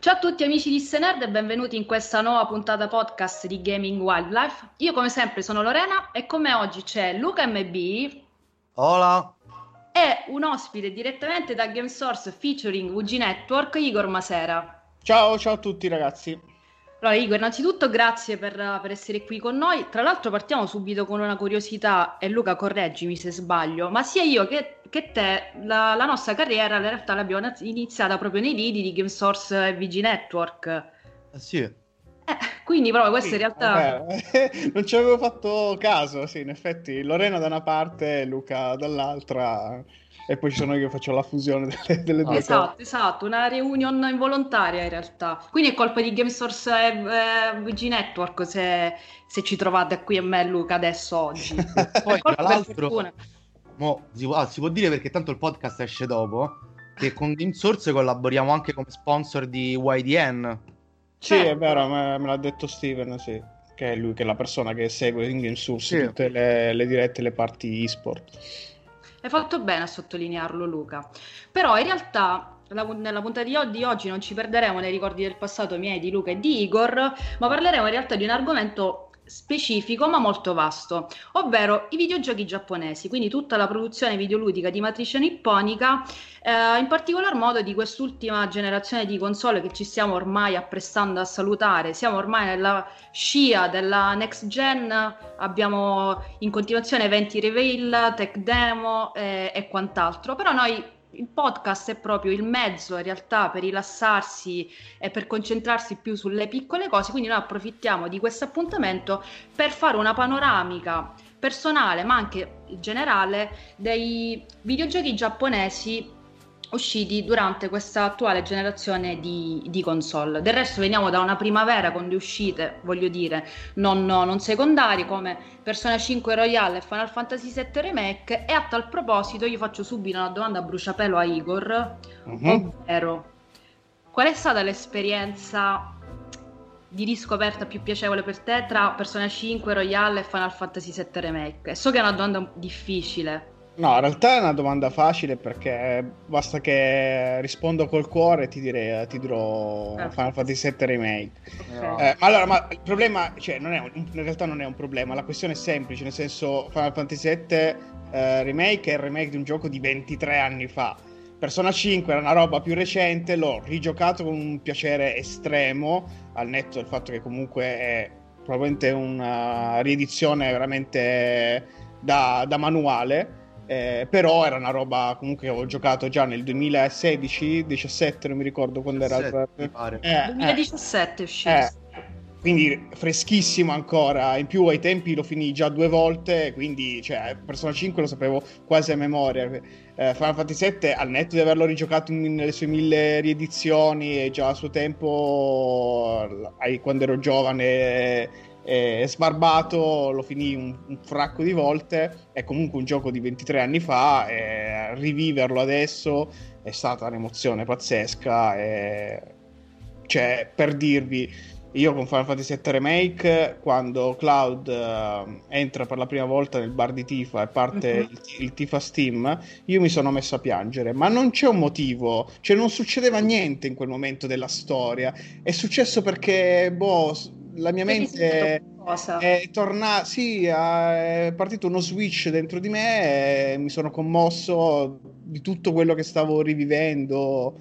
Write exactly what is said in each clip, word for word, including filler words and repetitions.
Ciao a tutti amici di Senerd e benvenuti in questa nuova puntata podcast di Gaming Wildlife. Io come sempre sono Lorena e con me oggi c'è Luca M B. Hola. E un ospite direttamente da GameSource featuring V G Network, Igor Masera. Ciao, ciao a tutti ragazzi. Allora Igor, innanzitutto grazie per, per essere qui con noi. Tra l'altro partiamo subito con una curiosità e Luca correggimi se sbaglio, ma sia io che, che te la, la nostra carriera in realtà l'abbiamo iniziata proprio nei lidi di GameSource e V G Network. Eh sì. Eh, quindi proprio questo Sì, in realtà... vabbè, non ci avevo fatto caso, sì, in effetti Lorena da una parte, Luca dall'altra, e poi ci sono io che faccio la fusione delle, delle due Esatto, cose. esatto, una reunion involontaria in realtà. Quindi è colpa di GameSource e eh, V G Network se, se ci trovate qui a me e Luca adesso oggi. Poi Colpa tra per l'altro fortuna. mo, si, può, ah, si può dire, perché tanto il podcast esce dopo, che con GameSource collaboriamo anche come sponsor di Y D N. Sì, è Certo. vero, me, me l'ha detto Steven, sì, che è lui che è la persona che segue in GameSource Sì. tutte le, le dirette, le parti e-sport. Hai fatto bene a sottolinearlo, Luca. Però in realtà la- nella puntata di, o- di oggi non ci perderemo nei ricordi del passato miei, di Luca e di Igor, ma parleremo in realtà di un argomento specifico ma molto vasto, ovvero i videogiochi giapponesi, quindi tutta la produzione videoludica di matrice nipponica, eh, in particolar modo di quest'ultima generazione di console che ci stiamo ormai apprestando a salutare. Siamo ormai nella scia della next gen, abbiamo in continuazione eventi reveal, tech demo eh, e quant'altro, però noi il podcast è proprio il mezzo in realtà per rilassarsi e per concentrarsi più sulle piccole cose, quindi noi approfittiamo di questo appuntamento per fare una panoramica personale ma anche generale dei videogiochi giapponesi usciti durante questa attuale generazione di, di console. Del resto veniamo da una primavera con le uscite, voglio dire, non, non secondarie come Persona cinque Royal e Final Fantasy sette Remake. E a tal proposito io faccio subito una domanda a bruciapelo a Igor, Mhm. ovvero qual è stata l'esperienza di riscoperta più piacevole per te tra Persona cinque Royal e Final Fantasy sette Remake? So che è una domanda difficile. No, in realtà è una domanda facile perché basta che rispondo col cuore e ti direi, ti dirò Eh. Final Fantasy sette Remake. Ok. Eh, ma allora, ma il problema, cioè, non è un- in realtà non è un problema, la questione è semplice, nel senso Final Fantasy sette eh, Remake è il remake di un gioco di ventitré anni fa. Persona cinque era una roba più recente, l'ho rigiocato con un piacere estremo, al netto del fatto che comunque è probabilmente una riedizione veramente da, da manuale. Eh, però era una roba comunque che avevo giocato già nel duemilasedici diciassette, non mi ricordo quando era diciassette, il... mi pare. Eh, eh, duemiladiciassette è uscito. eh, quindi freschissimo ancora, in più ai tempi lo finì già due volte, quindi cioè, Persona cinque lo sapevo quasi a memoria. eh, Final Fantasy sette, al netto di averlo rigiocato in- nelle sue mille riedizioni e già a suo tempo, ai- quando ero giovane e sbarbato, lo finì un, un fracco di volte. È comunque un gioco di ventitré anni fa e riviverlo adesso è stata un'emozione pazzesca. E... cioè, per dirvi, io con Final Fantasy sette Remake, quando Cloud eh, entra per la prima volta nel bar di Tifa e parte Mhm. il, il Tifa Steam, io mi sono messo a piangere, ma non c'è un motivo, cioè non succedeva niente in quel momento della storia. È successo perché, boh, s- la mia Hai mente vissuto qualcosa. è tornata, sì, è partito uno switch dentro di me e mi sono commosso di tutto quello che stavo rivivendo.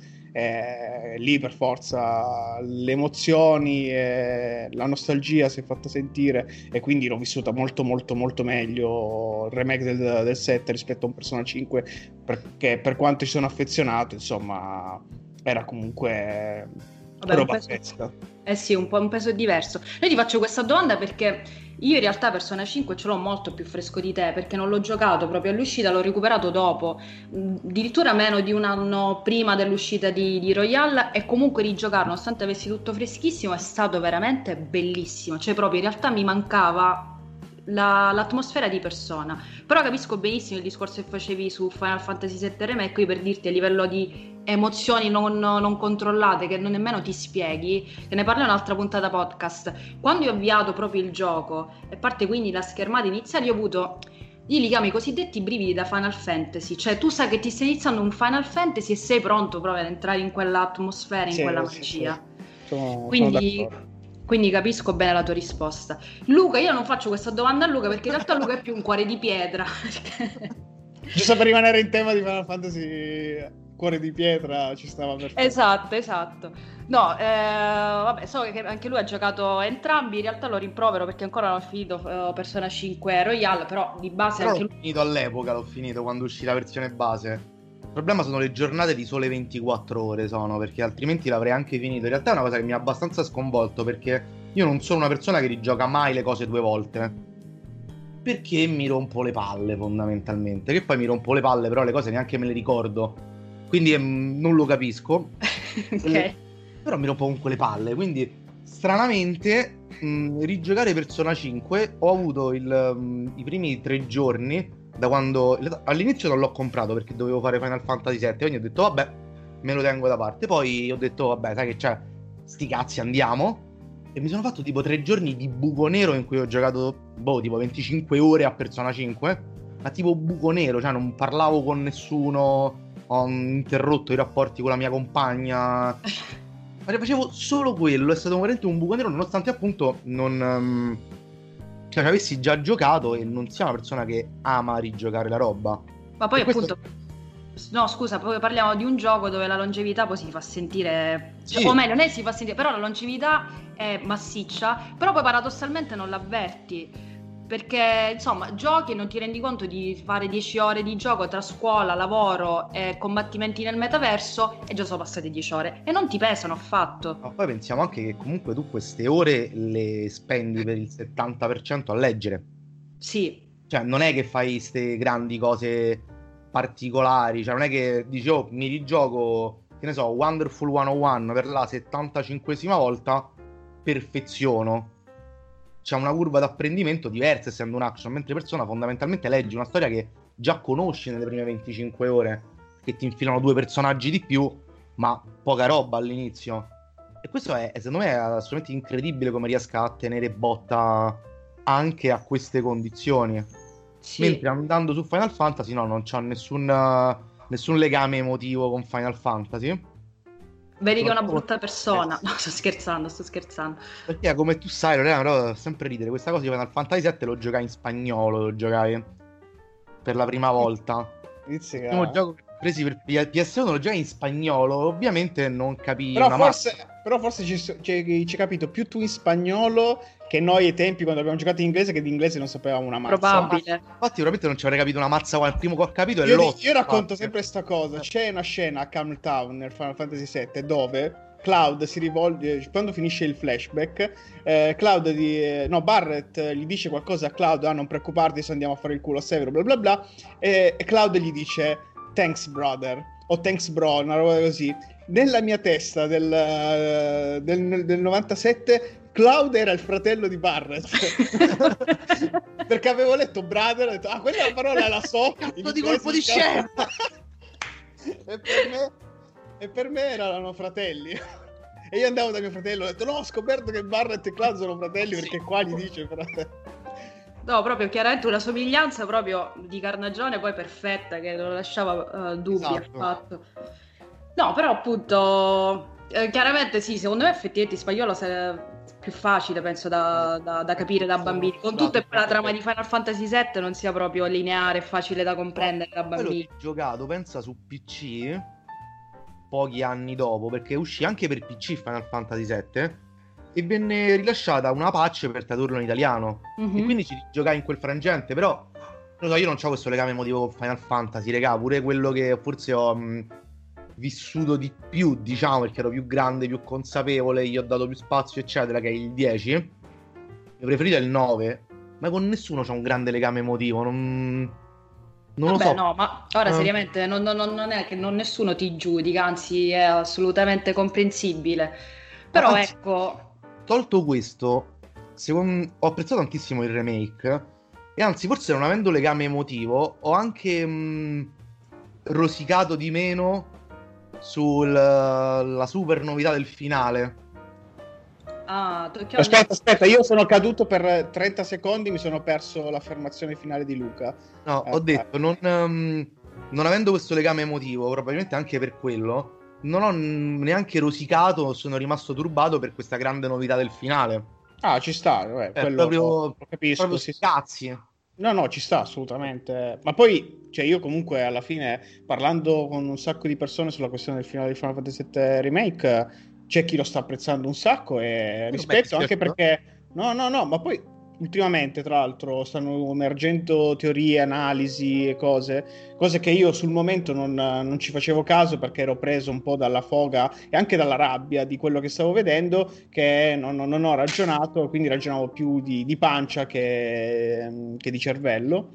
Eh, lì per forza le emozioni e la nostalgia si è fatta sentire e quindi l'ho vissuta molto molto molto meglio il remake del, del sette rispetto a un Persona cinque, perché per quanto ci sono affezionato, insomma, era comunque Vabbè, un roba peso- fresca. Eh sì, un po' un peso diverso. Io ti faccio questa domanda perché io in realtà Persona cinque ce l'ho molto più fresco di te, perché non l'ho giocato proprio all'uscita, l'ho recuperato dopo, mh, addirittura meno di un anno prima dell'uscita di, di Royal, e comunque rigiocarlo, nonostante avessi tutto freschissimo, è stato veramente bellissimo. Cioè proprio in realtà mi mancava la- l'atmosfera di Persona. Però capisco benissimo il discorso che facevi su Final Fantasy sette Remake, io per dirti a livello di emozioni non, non controllate che non nemmeno ti spieghi, che ne parlo in un'altra puntata podcast. Quando io ho avviato proprio il gioco e parte quindi la schermata iniziale, io ho avuto, io li chiamo i cosiddetti brividi da Final Fantasy, cioè tu sai che ti stai iniziando un Final Fantasy e sei pronto proprio ad entrare in quell'atmosfera, in Sì, quella sì, magia. sì. Sono, Quindi, sono d'accordo. quindi capisco bene la tua risposta. Luca, io non faccio questa domanda a Luca perché in realtà Luca è più un cuore di pietra. Giusto per rimanere in tema di Final Fantasy, cuore di pietra ci stava perfetto. Esatto, esatto. No, eh, vabbè, so che anche lui ha giocato entrambi, in realtà lo rimprovero perché ancora non ho finito uh, Persona cinque Royale, però di base Però anche l'ho lui... finito all'epoca, l'ho finito quando uscì la versione base. Il problema sono le giornate di sole ventiquattro ore sono, perché altrimenti l'avrei anche finito. In realtà è una cosa che mi ha abbastanza sconvolto, perché io non sono una persona che rigioca mai le cose due volte, perché mi rompo le palle fondamentalmente, che poi mi rompo le palle però le cose neanche me le ricordo, quindi ehm, non lo capisco. Ok. Le... però mi rompo comunque le palle, quindi stranamente mh, rigiocare Persona cinque ho avuto il, mh, i primi tre giorni da quando all'inizio non l'ho comprato perché dovevo fare Final Fantasy sette, quindi ho detto vabbè, me lo tengo da parte. Poi ho detto vabbè, sai che c'è, sti cazzi, andiamo. E mi sono fatto tipo tre giorni di buco nero in cui ho giocato boh, tipo venticinque ore a Persona cinque, ma tipo buco nero, cioè non parlavo con nessuno, ho interrotto i rapporti con la mia compagna, ma facevo solo quello. È stato veramente un buco nero, nonostante appunto non... Um, cioè ci avessi già giocato e non sia una persona che ama rigiocare la roba. Ma poi E questo- appunto, no scusa, poi parliamo di un gioco dove la longevità poi si fa sentire, Sì. o meglio, non è si fa sentire, però la longevità è massiccia, però poi paradossalmente non l'avverti, perché insomma giochi e non ti rendi conto di fare dieci ore di gioco tra scuola, lavoro e combattimenti nel metaverso e già sono passate dieci ore e non ti pesano affatto. Ma poi pensiamo anche che comunque tu queste ore le spendi per il settanta per cento a leggere. Sì, Cioè non è che fai queste grandi cose particolari, cioè non è che dici oh mi rigioco, che ne so, Wonderful centouno per la settantacinquesima volta, perfeziono. C'è una curva d'apprendimento diversa essendo un action, mentre Persona fondamentalmente leggi una storia che già conosci nelle prime venticinque ore, che ti infilano due personaggi di più, ma poca roba all'inizio. E questo è, secondo me, è assolutamente incredibile come riesca a tenere botta anche a queste condizioni. sì. Mentre andando su Final Fantasy, no, non c'ho nessun, uh, nessun legame emotivo con Final Fantasy. Vedi che è una Sono- brutta persona. No, sto scherzando, sto scherzando. Perché come tu sai, Lorena, però sempre ridere, questa cosa di Final Fantasy sette lo giocai in spagnolo, lo giocai per la prima volta. Inizia- Il primo gioco che ho presi per P S uno lo giocai in spagnolo, ovviamente non capii Però una forse, però forse ci ci ci capito più tu in spagnolo che noi ai tempi quando abbiamo giocato in inglese, che di inglese non sapevamo una mazza. Probabile. Infatti probabilmente non ci avrei capito una mazza, qua il primo che ho capito è Io, l'otto. io racconto infatti. sempre sta cosa. C'è una scena a Calm Town nel Final Fantasy sette dove Cloud si rivolge, quando finisce il flashback, eh, Cloud di, eh, no, Barret gli dice qualcosa a Cloud, ah non preoccuparti se andiamo a fare il culo a Severo, bla bla bla, e, e Cloud gli dice thanks brother, o thanks bro, una roba così. Nella mia testa del, eh, del, del novantasette Cloud era il fratello di Barret. Perché avevo letto brother e ho detto ah quella parola la so, Cazzo di colpo di scena! e per me e per me erano fratelli. E io andavo da mio fratello e ho detto no, ho scoperto che Barret e Cloud sono fratelli, Sì. perché qua gli dice fratello. No, proprio chiaramente una somiglianza proprio di carnagione poi perfetta che non lasciava uh, dubbi Esatto. affatto. No, però appunto eh, chiaramente sì, secondo me effettivamente in spagnolo è più facile, penso, da, da, da capire da bambini. Con tutto e poi la trama di Final Fantasy sette non sia proprio lineare e facile da comprendere da Poi l'ho bambini. giocato, pensa, su P C pochi anni dopo, perché uscì anche per P C Final Fantasy sette e venne rilasciata una patch per tradurlo in italiano. Mhm. E quindi ci giocai in quel frangente, però non so, io non ho questo legame emotivo con Final Fantasy, regà, pure quello che forse ho mh, vissuto di più, diciamo, perché ero più grande, più consapevole, gli ho dato più spazio, eccetera, che è il dieci. Il mio preferito è il nove, ma con nessuno c'ho un grande legame emotivo, non, non Vabbè, lo so. no, ma ora Eh. seriamente non, non- non è che non nessuno ti giudica, anzi è assolutamente comprensibile. Però Anzi, ecco, tolto questo, secondo- ho apprezzato tantissimo il remake e anzi forse non avendo legame emotivo ho anche mh, rosicato di meno sulla super novità del finale. ah, tocchiamo di- Aspetta, aspetta, io sono caduto per trenta secondi, mi sono perso l'affermazione finale di Luca. No, Eh, ho detto, non, ehm, non avendo questo legame emotivo, probabilmente anche per quello, non ho neanche rosicato, sono rimasto turbato per questa grande novità del finale. Ah, ci sta, eh, È quello proprio, lo capisco, proprio sì, sì. cazzi. No, no, ci sta assolutamente. Ma poi, cioè, io comunque alla fine, parlando con un sacco di persone sulla questione del finale di Final Fantasy sette Remake, c'è chi lo sta apprezzando un sacco e rispetto, Beh, anche certo. perché, no, no, no, ma poi ultimamente, tra l'altro, stanno emergendo teorie, analisi e cose, cose che io sul momento non, non ci facevo caso perché ero preso un po' dalla foga e anche dalla rabbia di quello che stavo vedendo, che non, non ho ragionato, quindi ragionavo più di, di pancia che, che di cervello.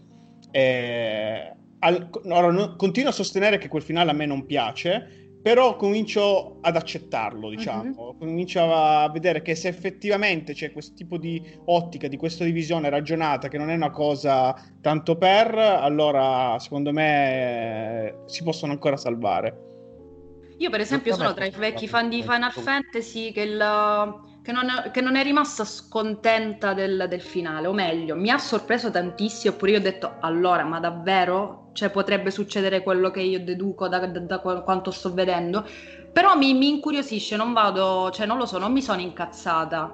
E, al, ora, no, continuo a sostenere che quel finale a me non piace, però comincio ad accettarlo, diciamo, Mm-hmm. comincio a vedere che se effettivamente c'è questo tipo di ottica, di questa divisione ragionata, che non è una cosa tanto per, allora secondo me eh, si possono ancora salvare. Io per esempio sono tra i vecchi fan di Final Fantasy che, il, che, non, che non è rimasta scontenta del, del finale, o meglio, mi ha sorpreso tantissimo, oppure io ho detto, allora, ma davvero? Cioè potrebbe succedere quello che io deduco da, da, da quanto sto vedendo? Però mi, mi incuriosisce, non vado, cioè non lo so, non mi sono incazzata.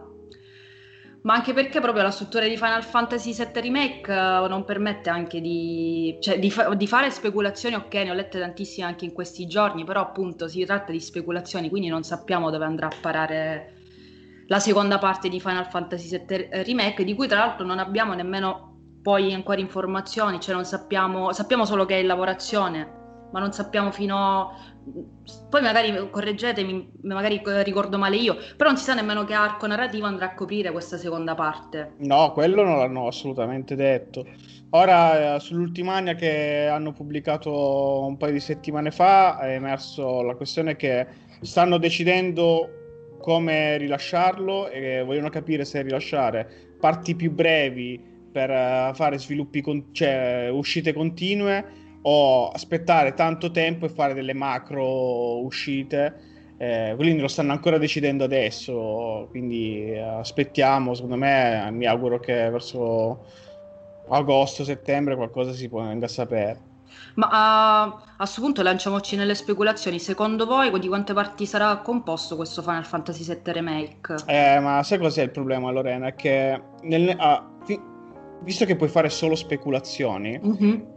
Ma anche perché proprio la struttura di Final Fantasy sette Remake eh, non permette anche di, cioè, di, fa- di fare speculazioni, ok, ne ho lette tantissime anche in questi giorni, però appunto si tratta di speculazioni, quindi non sappiamo dove andrà a parare la seconda parte di Final Fantasy sette Remake, di cui tra l'altro non abbiamo nemmeno poi ancora informazioni, cioè non sappiamo, sappiamo solo che è in lavorazione, ma non sappiamo fino... Poi magari correggetemi, magari ricordo male io, però non si sa nemmeno che arco narrativo andrà a coprire questa seconda parte. No, quello non l'hanno assolutamente detto. Ora, eh, sull'Ultimania che hanno pubblicato un paio di settimane fa, è emerso la questione che stanno decidendo come rilasciarlo e vogliono capire se rilasciare parti più brevi per eh, fare sviluppi, con- cioè uscite continue o aspettare tanto tempo e fare delle macro uscite. Eh, quindi lo stanno ancora decidendo adesso, quindi eh, aspettiamo. Secondo me, mi auguro che verso agosto, settembre qualcosa si venga a sapere. Ma a, a questo punto lanciamoci nelle speculazioni. Secondo voi di quante parti sarà composto questo Final Fantasy sette Remake? Eh, ma sai cos'è il problema, Lorena? È che nel- ah, fi- visto che puoi fare solo speculazioni, Mhm.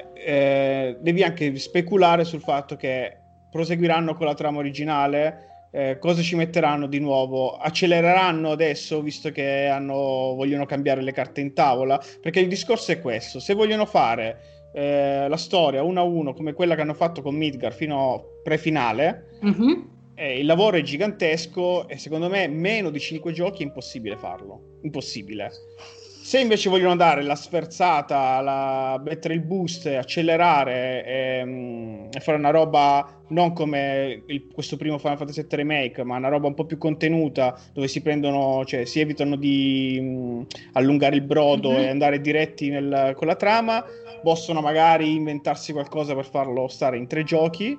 eh, devi anche speculare sul fatto che proseguiranno con la trama originale, eh, cosa ci metteranno di nuovo, accelereranno adesso visto che hanno, vogliono cambiare le carte in tavola, perché il discorso è questo: se vogliono fare eh, la storia uno a uno come quella che hanno fatto con Midgar fino a pre-finale, Mhm. eh, il lavoro è gigantesco e secondo me meno di cinque giochi è impossibile farlo, impossibile. Se invece vogliono dare la sferzata, la, mettere il boost, accelerare e, e fare una roba non come il, questo primo Final Fantasy sette Remake, ma una roba un po' più contenuta, dove si prendono, cioè si evitano di mh, allungare il brodo Mhm. e andare diretti nel, con la trama, possono magari inventarsi qualcosa per farlo stare in tre giochi,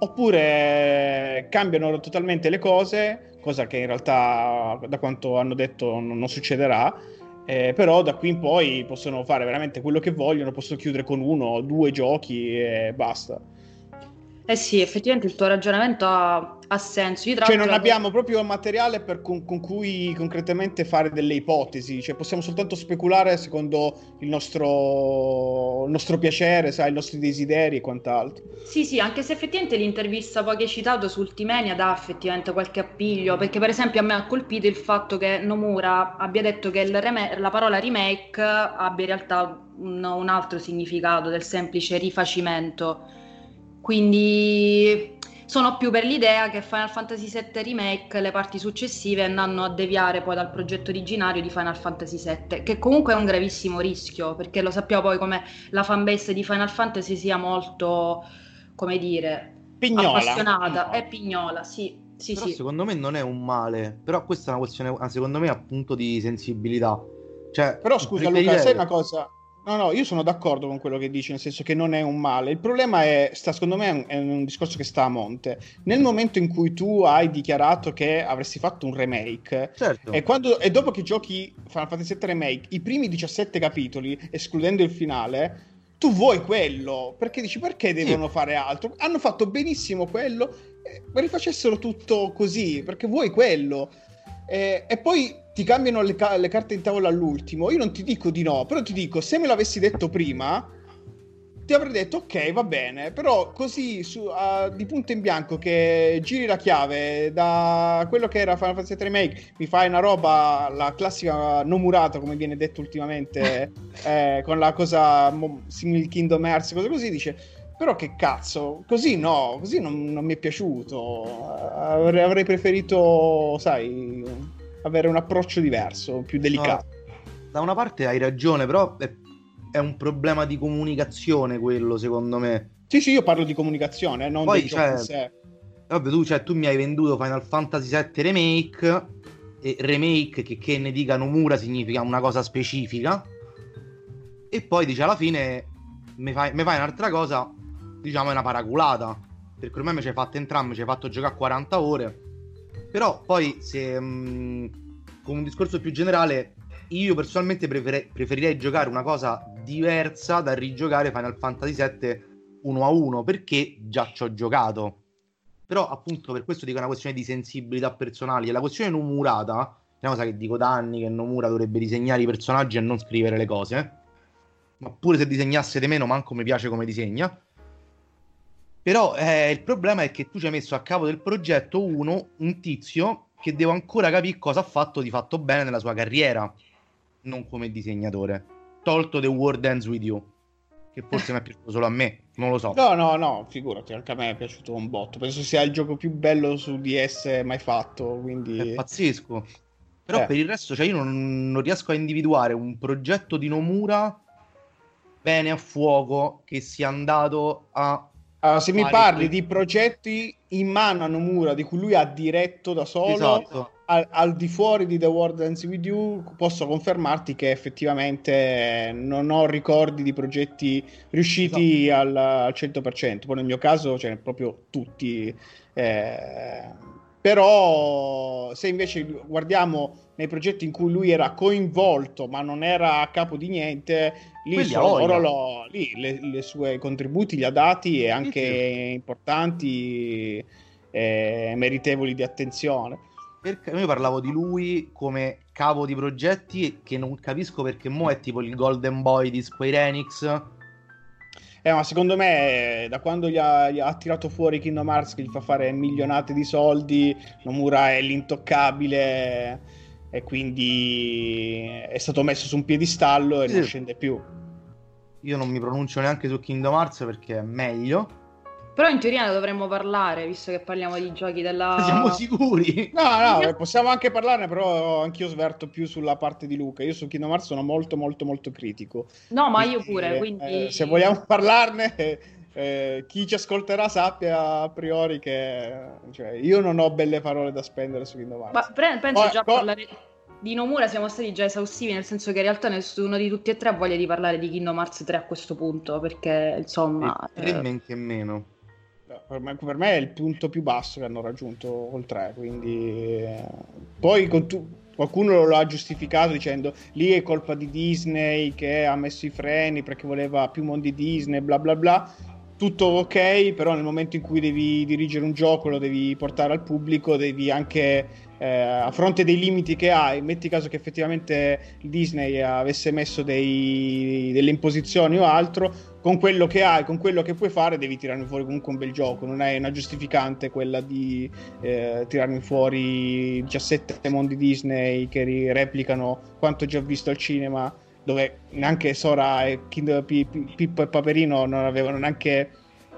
oppure cambiano totalmente le cose, cosa che in realtà, da quanto hanno detto, non, non succederà. Eh, però da qui in poi possono fare veramente quello che vogliono, possono chiudere con uno o due giochi e basta. Eh sì, effettivamente il tuo ragionamento ha, ha senso. Io tra Cioè non l'altro... abbiamo proprio materiale per con, con cui concretamente fare delle ipotesi, cioè possiamo soltanto speculare secondo il nostro, il nostro piacere, sai, i nostri desideri e quant'altro. Sì, sì, anche se effettivamente l'intervista poi che hai citato su Ultimania dà effettivamente qualche appiglio, perché per esempio a me ha colpito il fatto che Nomura abbia detto che il rema- la parola remake abbia in realtà un, un altro significato del semplice rifacimento. Quindi sono più per l'idea che Final Fantasy sette Remake, le parti successive, andranno a deviare poi dal progetto originario di Final Fantasy sette, che comunque è un gravissimo rischio, perché lo sappiamo poi come la fanbase di Final Fantasy sia molto, come dire, Pignola. appassionata, è Pignola. pignola, sì, sì, Però sì. secondo me non è un male, però questa è una questione, ah, secondo me, appunto di sensibilità. Cioè, Però scusa Luca, sai preferirei... una cosa? No, no, io sono d'accordo con quello che dici, nel senso che non è un male. Il problema è, sta, secondo me, è un, è un discorso che sta a monte. Nel momento in cui tu hai dichiarato che avresti fatto un remake, Certo. e, quando, e dopo che giochi Final Fantasy sette Remake, i primi diciassette capitoli, escludendo il finale, tu vuoi quello, perché dici perché devono Sì. fare altro? Hanno fatto benissimo quello, eh, ma rifacessero tutto così, perché vuoi quello. Eh, e poi ti cambiano le, ca- le carte in tavola all'ultimo. Io non ti dico di no, però ti dico, se me l'avessi detto prima, ti avrei detto ok, va bene, però così su, uh, di punto in bianco che giri la chiave da quello che era Final Fantasy Remake, mi fai una roba, la classica nomurata come viene detto ultimamente, eh, con la cosa mo, simile Kingdom Hearts, cose così, dice però che cazzo, così no, così non, non mi è piaciuto, avrei, avrei preferito, sai, avere un approccio diverso, più delicato. No, da una parte hai ragione, però è, è un problema di comunicazione quello, secondo me. Sì, sì, io parlo di comunicazione, eh, non Poi, del gioco in cioè, sé. vabbè, tu, cioè, tu mi hai venduto Final Fantasy sette Remake, e remake, che, che ne dica Nomura, significa una cosa specifica, e poi dice alla fine mi fai, mi fai un'altra cosa, diciamo è una paraculata, perché ormai mi ci hai fatto entrambi, ci hai fatto giocare quaranta ore. Però poi se mh, con un discorso più generale, io personalmente prefere- preferirei giocare una cosa diversa da rigiocare Final Fantasy sette uno a uno, perché già ci ho giocato. Però appunto per questo dico è una questione di sensibilità personali. E la questione Nomurata è una cosa che dico da anni, che Nomura dovrebbe disegnare i personaggi e non scrivere le cose, ma pure se disegnasse di meno manco mi piace come disegna. Però eh, il problema è che tu ci hai messo a capo del progetto uno un tizio che devo ancora capire cosa ha fatto di fatto bene nella sua carriera, non come disegnatore. Tolto The World Ends With You, che forse mi è piaciuto solo a me, non lo so. No, no, no, figurati, anche a me è piaciuto un botto. Penso sia il gioco più bello su D S mai fatto, È quindi... pazzesco. Però Eh. per il resto, cioè io non, non riesco a individuare un progetto di Nomura bene a fuoco che sia andato a Allora, se mi fare parli quel... di progetti in mano a Nomura, di cui lui ha diretto da solo, Esatto. al, al di fuori di The World Ends With You, posso confermarti che effettivamente non ho ricordi di progetti riusciti Esatto. al, al cento per cento. Poi nel mio caso, cioè, proprio tutti. Eh, però se invece guardiamo nei progetti in cui lui era coinvolto ma non era a capo di niente, lì Quelli a sono voglia. lo, lì le, le sue contributi li ha dati e Sì, anche sì. importanti e meritevoli di attenzione. Perché io parlavo di lui come capo di progetti che non capisco perché mo è tipo il Golden Boy di Square Enix. Eh, ma secondo me, da quando gli ha, gli ha tirato fuori Kingdom Hearts, che gli fa fare milionate di soldi, Nomura è l'intoccabile e quindi è stato messo su un piedistallo e non Sì. scende più. Io non mi pronuncio neanche su Kingdom Hearts perché è meglio. Però in teoria ne dovremmo parlare, visto che parliamo di giochi della... Siamo sicuri? No, no, possiamo anche parlarne, però anch'io sverto più sulla parte di Luca. Io su Kingdom Hearts sono molto, molto, molto critico. No, ma io Quindi, pure, eh, quindi... se vogliamo parlarne, eh, chi ci ascolterà sappia a priori che cioè, io non ho belle parole da spendere su Kingdom Hearts. Ma pre- penso Poi- già a poi- parlare di Nomura siamo stati già esaustivi, nel senso che in realtà nessuno di tutti e tre ha voglia di parlare di Kingdom Hearts tre a questo punto, perché insomma... E tre eh, men che meno. Per me, per me è il punto più basso che hanno raggiunto col tre, quindi eh, poi con tu, qualcuno lo ha giustificato dicendo lì è colpa di Disney che ha messo i freni perché voleva più mondi Disney, bla bla bla. Tutto ok, però nel momento in cui devi dirigere un gioco, lo devi portare al pubblico, devi anche eh, a fronte dei limiti che hai, metti caso che effettivamente Disney avesse messo dei, delle imposizioni o altro, con quello che hai, con quello che puoi fare, devi tirarne fuori comunque un bel gioco. Non è una giustificante quella di eh, tirarne fuori diciassette mondi Disney che ri- replicano quanto già visto al cinema, dove neanche Sora e Kind- Pi- Pi- Pippo e Paperino non avevano neanche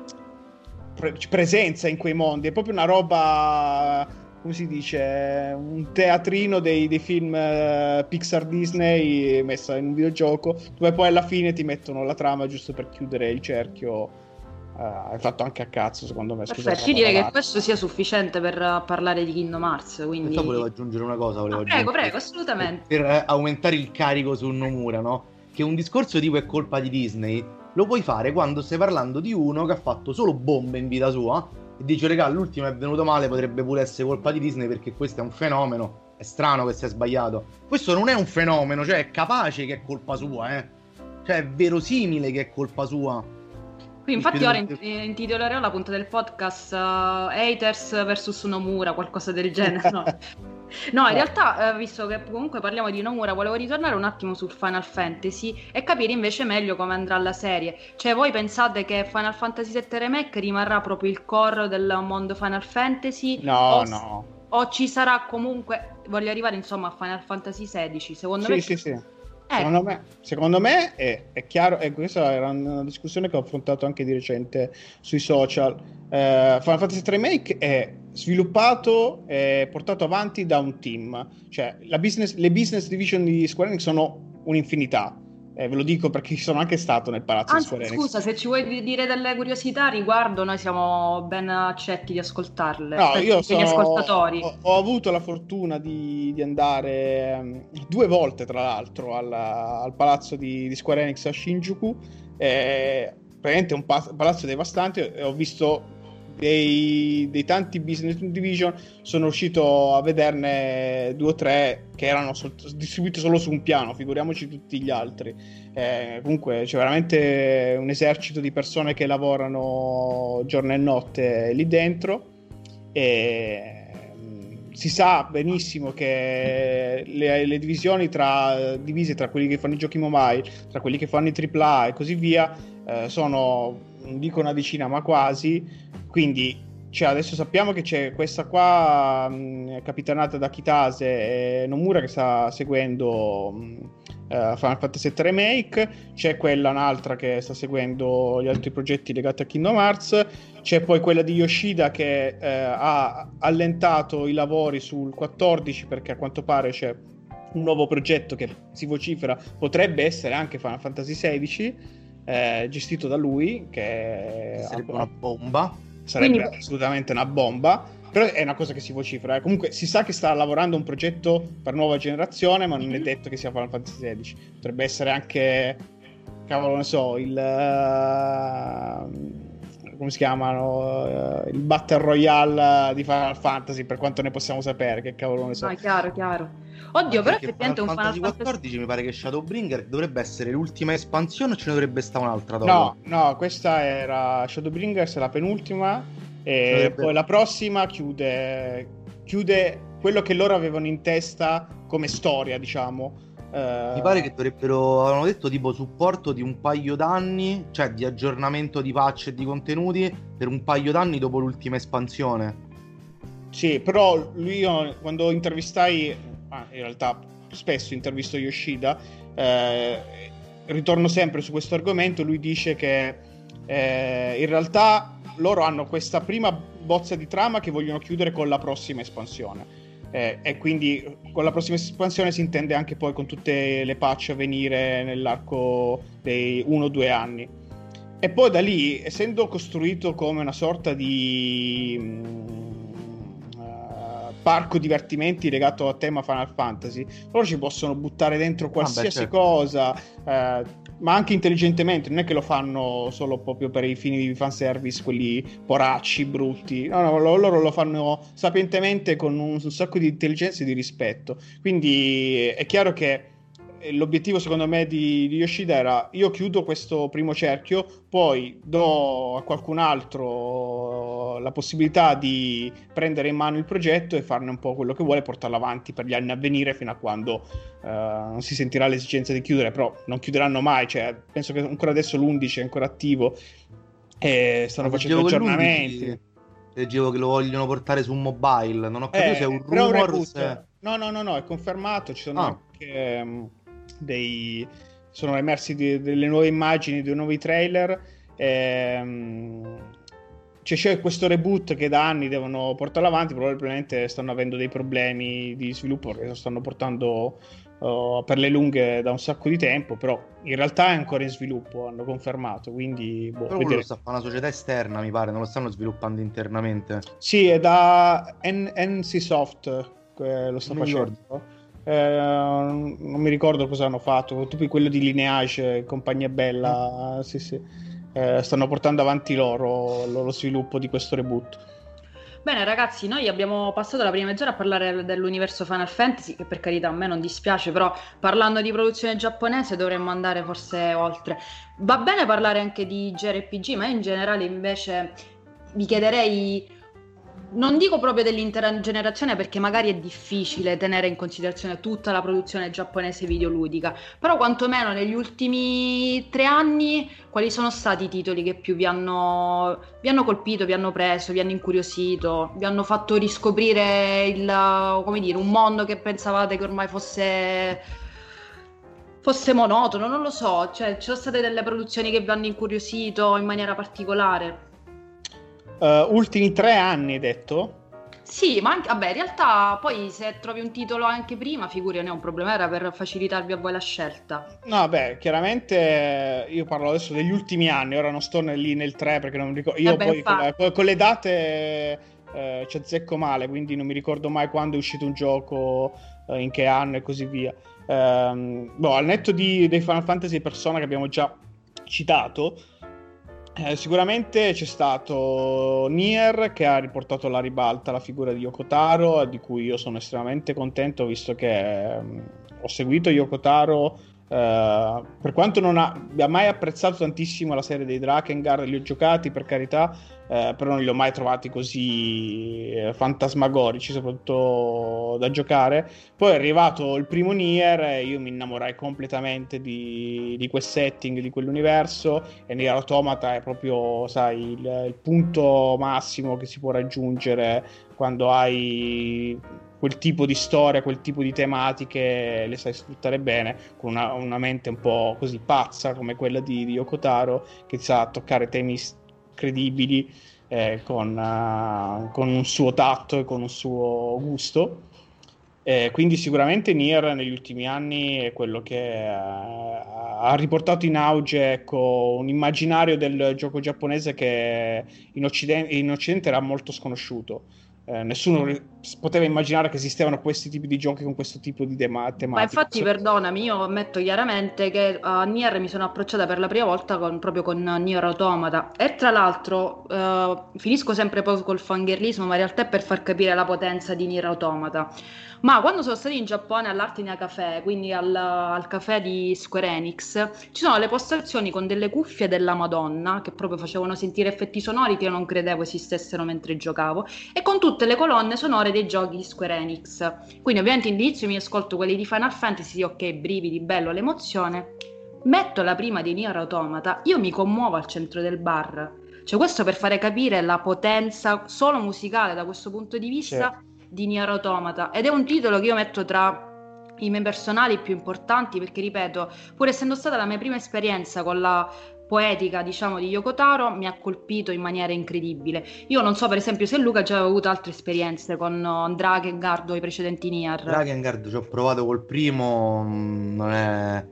pre- presenza in quei mondi. È proprio una roba, come si dice, un teatrino dei, dei film eh, Pixar Disney messa in un videogioco, dove poi alla fine ti mettono la trama giusto per chiudere il cerchio. Uh, è fatto anche a cazzo, secondo me. Scusa, perfetto, io direi che questo sia sufficiente per uh, parlare di Kingdom Hearts, quindi... E poi volevo aggiungere una cosa, volevo Ah, prego, aggiungere. prego, assolutamente. Per, per aumentare il carico su Nomura, no? Che un discorso tipo è colpa di Disney lo puoi fare quando stai parlando di uno che ha fatto solo bombe in vita sua e dice regà l'ultimo è venuto male, potrebbe pure essere colpa di Disney perché questo è un fenomeno, è strano che si è sbagliato. Questo non è un fenomeno, cioè è capace che è colpa sua, eh. Cioè è verosimile che è colpa sua. Qui infatti ora intitolerò la puntata del podcast uh, Haters versus Nomura, qualcosa del genere, no? No, in realtà, eh, visto che comunque parliamo di Nomura, volevo ritornare un attimo sul Final Fantasy e capire invece meglio come andrà la serie. Cioè, voi pensate che Final Fantasy sette Remake rimarrà proprio il core del mondo Final Fantasy? No, o, no. O ci sarà comunque... Voglio arrivare, insomma, a Final Fantasy sedici, secondo sì, me... Sì, sì, sì. Eh. Secondo me, secondo me è, è chiaro, e questa era una discussione che ho affrontato anche di recente sui social. Eh, Final Fantasy sette Remake è sviluppato e portato avanti da un team, cioè la business, le business division di Square Enix sono un'infinità. Eh, ve lo dico perché sono anche stato nel palazzo Anzi, di Square Enix. scusa, se ci vuoi dire delle curiosità riguardo, noi siamo ben accetti di ascoltarle. No, io sono, gli ascoltatori. Ho, ho avuto la fortuna di, di andare um, due volte, tra l'altro, al, al palazzo di, di Square Enix a Shinjuku. Eh, praticamente un pa- palazzo devastante. E ho visto dei, dei tanti business division. Sono riuscito a vederne due o tre che erano sol- distribuiti solo su un piano, figuriamoci tutti gli altri. Eh, comunque c'è veramente un esercito di persone che lavorano giorno e notte lì dentro, e mh, si sa benissimo che le, le divisioni tra, divise tra quelli che fanno i giochi mobile, tra quelli che fanno i tripla A e così via, eh, sono, non dico una decina ma quasi. Quindi cioè, adesso sappiamo che c'è questa qua mh, capitanata da Kitase e Nomura che sta seguendo mh, uh, Final Fantasy sette Remake, c'è quella un'altra che sta seguendo gli altri progetti legati a Kingdom Hearts, c'è poi quella di Yoshida che uh, ha allentato i lavori sul quattordici perché a quanto pare c'è un nuovo progetto che si vocifera potrebbe essere anche Final Fantasy sedici, eh, gestito da lui, che sarebbe una bomba. Sarebbe Quindi... assolutamente una bomba, però è una cosa che si vocifera. Eh. Comunque si sa che sta lavorando un progetto per nuova generazione, ma non mm-hmm. è detto che sia Final Fantasy sedici. Potrebbe essere anche, cavolo, ne so, il uh, come si chiamano, uh, il Battle Royale di Final Fantasy, per quanto ne possiamo sapere, che cavolo ne so. Ah, chiaro, chiaro. Oddio, però effettivamente un Final Fantasy quattordici mi pare che Shadowbringer dovrebbe essere l'ultima espansione o ce ne dovrebbe stare un'altra dopo? No, no, questa era Shadowbringer, è la penultima e dovrebbe... poi la prossima chiude chiude quello che loro avevano in testa come storia, diciamo. Uh... Mi pare che dovrebbero, avevano detto tipo supporto di un paio d'anni, cioè di aggiornamento di patch e di contenuti per un paio d'anni dopo l'ultima espansione. Sì, però lui, io quando intervistai Ah, in realtà spesso intervisto Yoshida, eh, ritorno sempre su questo argomento. Lui dice che eh, in realtà loro hanno questa prima bozza di trama che vogliono chiudere con la prossima espansione, eh, e quindi con la prossima espansione si intende anche poi con tutte le patch a venire nell'arco dei uno o due anni, e poi da lì, essendo costruito come una sorta di mh, parco divertimenti legato a tema Final Fantasy, loro ci possono buttare dentro qualsiasi ah beh, certo. cosa, eh, ma anche intelligentemente, non è che lo fanno solo proprio per i fini di fanservice, quelli poracci, brutti, no, no, loro lo fanno sapientemente con un, un sacco di intelligenza e di rispetto. Quindi è chiaro che l'obiettivo secondo me di, di Yoshida era: io chiudo questo primo cerchio, poi do a qualcun altro la possibilità di prendere in mano il progetto e farne un po' quello che vuole, portarlo avanti per gli anni a venire fino a quando uh, non si sentirà l'esigenza di chiudere. Però non chiuderanno mai, cioè, penso che ancora adesso l'undici è ancora attivo e stanno Ma facendo aggiornamenti. Leggevo che lo vogliono portare su mobile, non ho capito eh, se è un rumor un se... no no no no è confermato, ci sono ah. anche um, dei sono emersi di, delle nuove immagini, dei nuovi trailer, ehm, c'è, c'è questo reboot che da anni devono portarlo avanti, probabilmente stanno avendo dei problemi di sviluppo che lo stanno portando uh, per le lunghe da un sacco di tempo, però in realtà è ancora in sviluppo, hanno confermato, quindi boh, però quello lo sta fa una società esterna, mi pare, non lo stanno sviluppando internamente. Sì, è da N- NCSoft che lo sta non facendo. Eh, non mi ricordo cosa hanno fatto, tipo quello di Lineage, compagnia bella, mm. sì sì, eh, stanno portando avanti loro lo sviluppo di questo reboot. Bene ragazzi, noi abbiamo passato la prima mezz'ora a parlare dell'universo Final Fantasy, che per carità a me non dispiace, però parlando di produzione giapponese dovremmo andare forse oltre. Va bene parlare anche di J R P G, ma io in generale invece vi chiederei, non dico proprio dell'intera generazione perché magari è difficile tenere in considerazione tutta la produzione giapponese videoludica, però quantomeno negli ultimi tre anni quali sono stati i titoli che più vi hanno, vi hanno colpito, vi hanno preso, vi hanno incuriosito, vi hanno fatto riscoprire il, come dire, un mondo che pensavate che ormai fosse, fosse monotono, non lo so, cioè ci sono state delle produzioni che vi hanno incuriosito in maniera particolare? Uh, ultimi tre anni, hai detto? Sì, ma anche, vabbè, in realtà poi se trovi un titolo anche prima, figuri, non è un problema, era per facilitarvi a voi la scelta. No, beh, chiaramente io parlo adesso degli ultimi anni, ora non sto nel, lì nel tre perché non mi ricordo. Io Eh beh, poi con, infatti. la- con le date eh, ci azzecco male, quindi non mi ricordo mai quando è uscito un gioco, eh, in che anno e così via. Ehm, boh, al netto di, dei Final Fantasy Persona che abbiamo già citato, Eh, sicuramente c'è stato Nier che ha riportato alla ribalta la figura di Yoko Taro, di cui io sono estremamente contento visto che ehm, ho seguito Yoko Taro, eh, per quanto non ha, abbia mai apprezzato tantissimo la serie dei Drakengard, li ho giocati per carità, eh, però non li ho mai trovati così eh, fantasmagorici, soprattutto da giocare. Poi è arrivato il primo Nier e io mi innamorai completamente di, di quel setting, di quell'universo, e Nier Automata è proprio, sai, il, il punto massimo che si può raggiungere quando hai quel tipo di storia, quel tipo di tematiche, le sai sfruttare bene, con una, una mente un po' così pazza come quella di, di Yoko Taro, che sa toccare temi credibili, eh, con, uh, con un suo tatto e con un suo gusto. Eh, quindi sicuramente Nier negli ultimi anni è quello che uh, ha riportato in auge, ecco, un immaginario del gioco giapponese che in Occidente, in Occidente era molto sconosciuto. Eh, nessuno ri- poteva immaginare che esistevano questi tipi di giochi con questo tipo di tema- Ma tematica. infatti, perdonami, io ammetto chiaramente che a Nier mi sono approcciata per la prima volta con- proprio con Nier Automata. E tra l'altro, eh, finisco sempre poi col fangirlismo, ma in realtà è per far capire la potenza di Nier Automata. Ma quando sono stati in Giappone all'Artenia Café, quindi al, al caffè di Square Enix, ci sono le postazioni con delle cuffie della Madonna che proprio facevano sentire effetti sonori che io non credevo esistessero mentre giocavo, e con tutte le colonne sonore dei giochi di Square Enix. Quindi ovviamente all'inizio mi ascolto quelli di Final Fantasy, ok, brividi, bello, l'emozione. Metto la prima di Nier Automata, io mi commuovo al centro del bar. Cioè questo per fare capire la potenza solo musicale da questo punto di vista di Nier Automata, ed è un titolo che io metto tra i miei personali più importanti perché, ripeto, pur essendo stata la mia prima esperienza con la poetica, diciamo, di Yoko Taro, mi ha colpito in maniera incredibile. Io non so, per esempio, se Luca già aveva avuto altre esperienze con uh, Drakengard o i precedenti Nier. Drakengard ci ho provato col primo, mh, non è...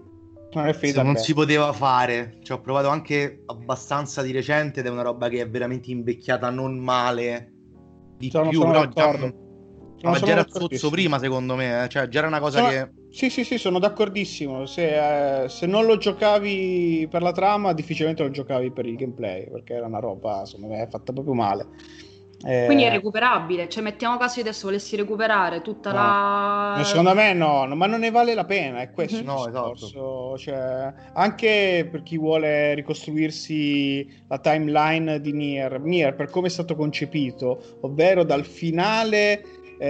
Non è finita non bene. si poteva fare. Ci ho provato anche abbastanza di recente ed è una roba che è veramente invecchiata non male. Di Sono, più, sono però già... d'accordo. No, ma sono già era d'accordissimo. zozzo prima, secondo me, eh. Cioè già era una cosa Sono- che... Sì, sì, sì, sono d'accordissimo. Se, eh, se non lo giocavi per la trama, difficilmente lo giocavi per il gameplay, perché era una roba, secondo me, fatta proprio male. Quindi è Eh, recuperabile, cioè mettiamo caso io adesso volessi recuperare tutta no. Eh, la... Secondo me no, no, ma non ne vale la pena, è questo il Mhm. No, esatto. discorso. Cioè, anche per chi vuole ricostruirsi la timeline di Nier, Nier per come è stato concepito, ovvero dal finale,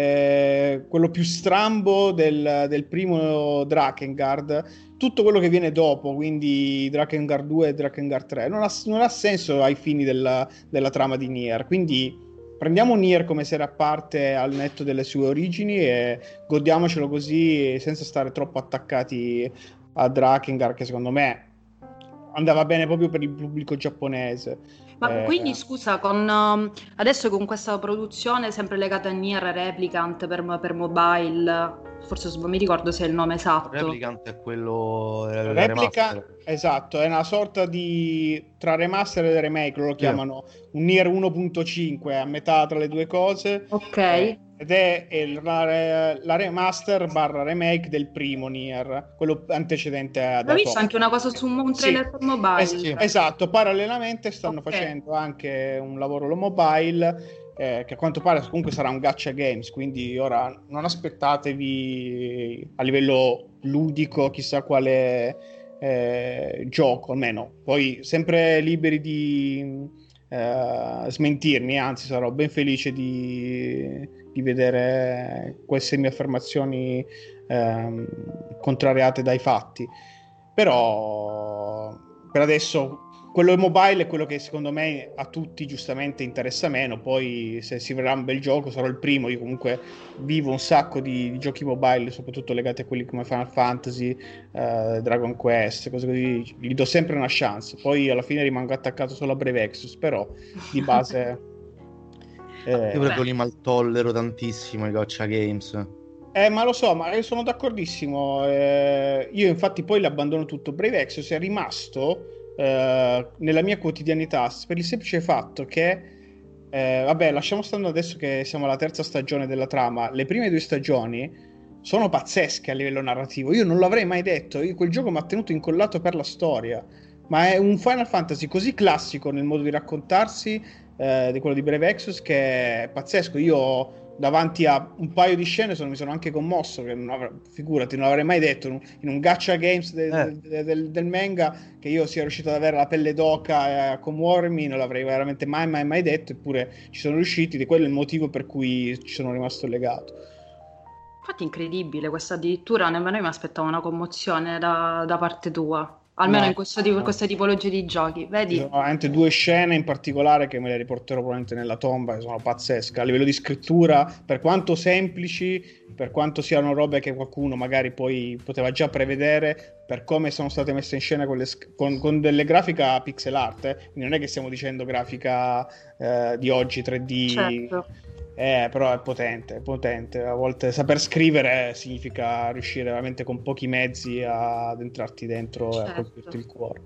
eh, quello più strambo del, del primo Drakengard, tutto quello che viene dopo, quindi Drakengard due e Drakengard tre, non ha, non ha senso ai fini della, della trama di Nier. Quindi prendiamo Nier come serie a parte al netto delle sue origini e godiamocelo così, senza stare troppo attaccati a Drakengard, che secondo me andava bene proprio per il pubblico giapponese. Ma Eh, quindi scusa, con, um, adesso con questa produzione sempre legata a Nier Replicant per, per mobile, forse non mi ricordo se è il nome esatto. Replicant è quello eh, la Replica, remaster. esatto, è una sorta di tra remaster e remake, loro lo Sì. chiamano un Nier uno punto cinque, a metà tra le due cose. Ok. Eh, ed è, è la, la remaster barra remake del primo Nier, quello antecedente ad Ho visto Automata. anche una cosa su un Sì, trailer per mobile. es- Sì. esatto, parallelamente stanno Ok. facendo anche un lavoro lo mobile, eh, che a quanto pare comunque sarà un gacha games, quindi ora non aspettatevi a livello ludico chissà quale eh, gioco, almeno poi sempre liberi di eh, smentirmi, anzi sarò ben felice di, di vedere queste mie affermazioni ehm, contrariate dai fatti. Però per adesso quello mobile è quello che secondo me a tutti giustamente interessa meno. Poi se si verrà un bel gioco sarò il primo. Io comunque vivo un sacco di, di giochi mobile, soprattutto legati a quelli come Final Fantasy, eh, Dragon Quest, cose così, gli do sempre una chance. Poi alla fine rimango attaccato solo a Brave Exvius, però di base eh... io proprio li maltollero tantissimo i gacha games. Eh, ma lo so, ma io sono d'accordissimo. Eh, io infatti poi l'abbandono tutto. Brave Exvius è rimasto eh, nella mia quotidianità per il semplice fatto che, eh, vabbè, lasciamo stando adesso che siamo alla terza stagione della trama. Le prime due stagioni sono pazzesche a livello narrativo. Io non l'avrei mai detto. Io, quel gioco mi ha tenuto incollato per la storia. Ma è un Final Fantasy così classico nel modo di raccontarsi, eh, di quello di Brave Exvius, che è pazzesco. Io davanti a un paio di scene sono, mi sono anche commosso, che non avrei, figurati, non l'avrei mai detto in un, in un gacha games de, eh. de, de, del manga che io sia riuscito ad avere la pelle d'oca e a commuovermi, non l'avrei veramente mai mai mai detto, eppure ci sono riusciti, ed è quello il motivo per cui ci sono rimasto legato. Infatti incredibile, questa addirittura nemmeno io mi aspettavo una commozione da, da parte tua. Almeno no, in questo tipo, no. queste tipologie di giochi, vedi? Ci sono veramente due scene in particolare che me le riporterò probabilmente nella tomba, che sono pazzesche. A livello di scrittura, per quanto semplici, per quanto siano robe che qualcuno magari poi poteva già prevedere, per come sono state messe in scena con, le, con, con delle grafica pixel art, eh? Quindi non è che stiamo dicendo grafica eh, di oggi tre D. Certo. Eh, però è potente, è potente. A volte saper scrivere significa riuscire veramente con pochi mezzi ad entrarti dentro, certo, e a colpirti il cuore.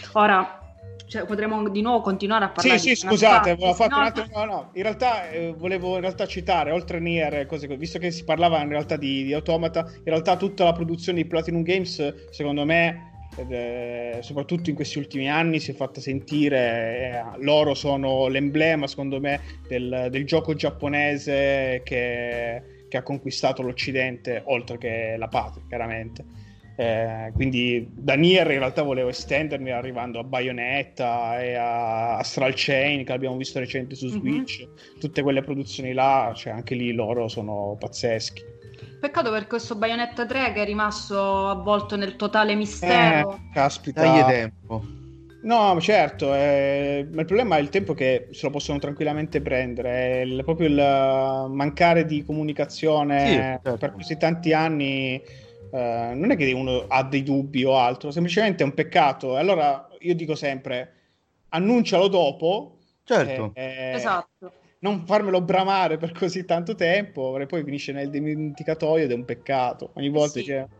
Ora, cioè, potremmo di nuovo continuare a parlare. Sì, di sì, scusate, avevo fatto no, un attimo. No, no. In realtà eh, volevo in realtà citare, oltre a Nier, cose così, visto che si parlava in realtà di, di Automata, in realtà tutta la produzione di Platinum Games, secondo me, ed, eh, soprattutto in questi ultimi anni si è fatta sentire. Eh, loro sono l'emblema secondo me del, del gioco giapponese che, che ha conquistato l'Occidente, oltre che la patria chiaramente. Eh, quindi da Nier in realtà volevo estendermi arrivando a Bayonetta e a Astral Chain che abbiamo visto recente su Switch, mm-hmm. Tutte quelle produzioni là, cioè anche lì loro sono pazzeschi. Peccato per questo Bayonetta tre che è rimasto avvolto nel totale mistero. Eh, caspita. Dagli tempo. No, certo, eh, ma il problema è il tempo che se lo possono tranquillamente prendere, è il, proprio il mancare di comunicazione, sì, certo. Per questi tanti anni, eh, non è che uno ha dei dubbi o altro, semplicemente è un peccato. Allora io dico sempre, annuncialo dopo. Certo. Eh, esatto. Non farmelo bramare per così tanto tempo, e poi finisce nel dimenticatoio ed è un peccato. Ogni volta sì. C'è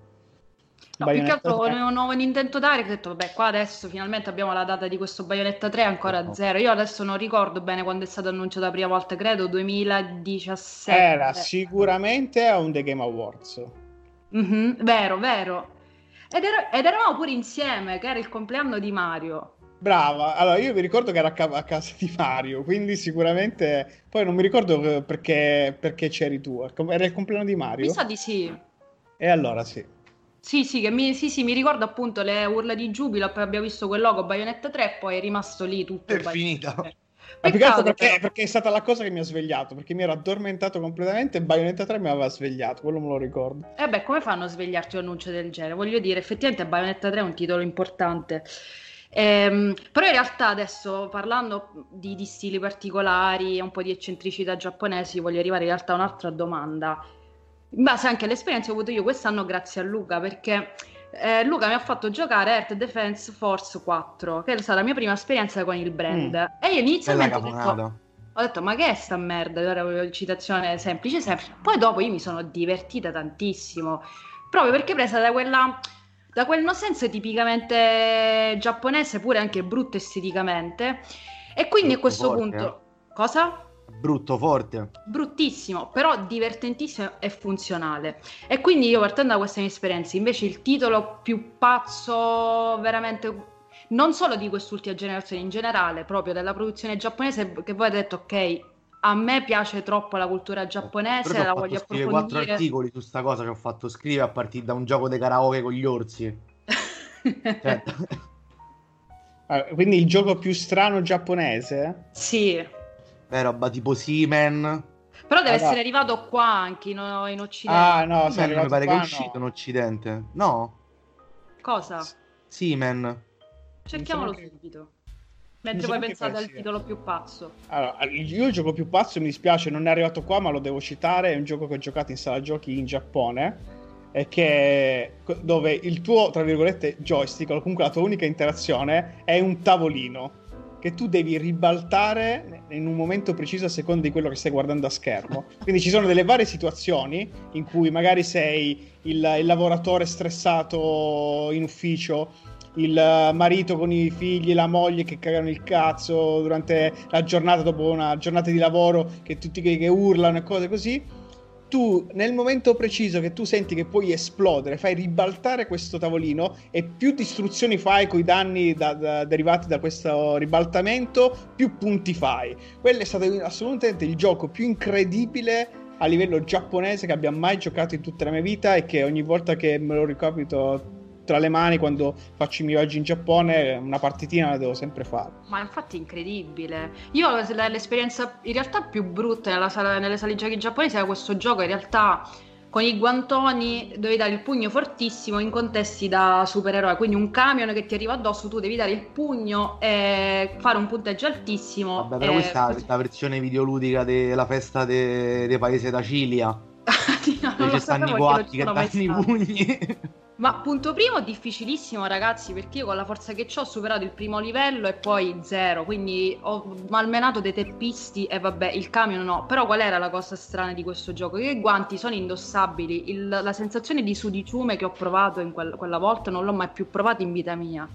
no, più che altro con un nuovo Nintendo Direct ho detto vabbè, qua adesso finalmente abbiamo la data di questo Bayonetta tre, ancora no. zero. Io adesso non ricordo bene quando è stato annunciato la prima volta, credo duemiladiciassette. Era sicuramente a un The Game Awards. Mm-hmm, vero, vero. Ed, ero, ed eravamo pure insieme, che era il compleanno di Mario. Brava, allora io mi ricordo che era a casa di Mario, quindi sicuramente poi non mi ricordo perché, perché c'eri tu, era il compleanno di Mario? Mi sa di sì. E allora sì. Sì, sì, che mi, sì, sì, mi ricordo appunto le urla di giubilo, poi abbiamo visto quel logo Bayonetta tre e poi è rimasto lì tutto. È finita. Ma più che altro perché, perché è stata la cosa che mi ha svegliato, perché mi ero addormentato completamente e Bayonetta tre mi aveva svegliato, quello me lo ricordo. E eh beh, come fanno a svegliarti un annuncio del genere? Voglio dire, effettivamente Bayonetta tre è un titolo importante. Ehm, però in realtà adesso parlando di, di stili particolari e un po' di eccentricità giapponesi, voglio arrivare in realtà a un'altra domanda in base anche all'esperienza che ho avuto io quest'anno grazie a Luca, perché eh, Luca mi ha fatto giocare Earth Defense Force quattro, che è stata la mia prima esperienza con il brand, mm. e io inizialmente ho detto, ho detto ma che è sta merda, allora una citazione semplice semplice, poi dopo io mi sono divertita tantissimo proprio perché presa da quella da quel no senso tipicamente giapponese, pure anche brutto esteticamente, e quindi brutto, a questo forte, punto eh? Cosa? Brutto, forte, bruttissimo, però divertentissimo e funzionale. E quindi io, partendo da questa mia esperienza, invece il titolo più pazzo veramente, non solo di quest'ultima generazione, in generale proprio della produzione giapponese, che voi avete detto ok, a me piace troppo la cultura giapponese, Però la ho voglio fatto scrivere quattro approfondire. articoli su sta cosa, ci ho fatto scrivere a partire da un gioco di karaoke con gli orsi. Cioè, Ah, quindi il gioco più strano giapponese? Sì, è roba tipo Seaman. però deve Ah, no. essere arrivato qua anche in, in Occidente. Ah, no, sei Seaman mi arrivato pare che qua, è uscito in no. Occidente. No? Cosa? Seaman. Cerchiamolo Mi sembra che- subito. mi Mentre sembra voi che pensate al sia. titolo più pazzo. Allora, io il gioco più pazzo, mi dispiace, non è arrivato qua, ma lo devo citare. È un gioco che ho giocato in sala giochi in Giappone. E che dove il tuo, tra virgolette, joystick, o comunque la tua unica interazione è un tavolino che tu devi ribaltare in un momento preciso a seconda di quello che stai guardando a schermo. Quindi ci sono delle varie situazioni in cui magari sei il, il lavoratore stressato in ufficio, il marito con i figli, la moglie che cagano il cazzo durante la giornata, dopo una giornata di lavoro, che tutti che, che urlano e cose così. Tu nel momento preciso che tu senti che puoi esplodere, fai ribaltare questo tavolino, e più distruzioni fai con i danni da, da, derivati da questo ribaltamento, più punti fai. Quello è stato assolutamente il gioco più incredibile a livello giapponese che abbia mai giocato in tutta la mia vita, e che ogni volta che me lo ricapito tra le mani quando faccio i miei viaggi in Giappone, una partitina la devo sempre fare. Ma infatti è incredibile. Io l- l'esperienza in realtà più brutta nella sala- nelle sale giochi giapponesi era questo gioco, in realtà con i guantoni dovevi dare il pugno fortissimo in contesti da supereroe, quindi un camion che ti arriva addosso, tu devi dare il pugno e fare un punteggio altissimo. Vabbè, però e questa è così- la versione videoludica della festa de- dei paesi da Cilia. No, non Dove lo ci stanno i sapevo, coatti che che non ci sono mai danno i stato. pugni. Ma punto primo difficilissimo, ragazzi, perché io con la forza che ho ho superato il primo livello e poi zero, quindi ho malmenato dei teppisti e vabbè, il camion no. Però qual era la cosa strana di questo gioco? Che i guanti sono indossabili, il- la sensazione di sudiciume che ho provato in quel- quella volta non l'ho mai più provata in vita mia.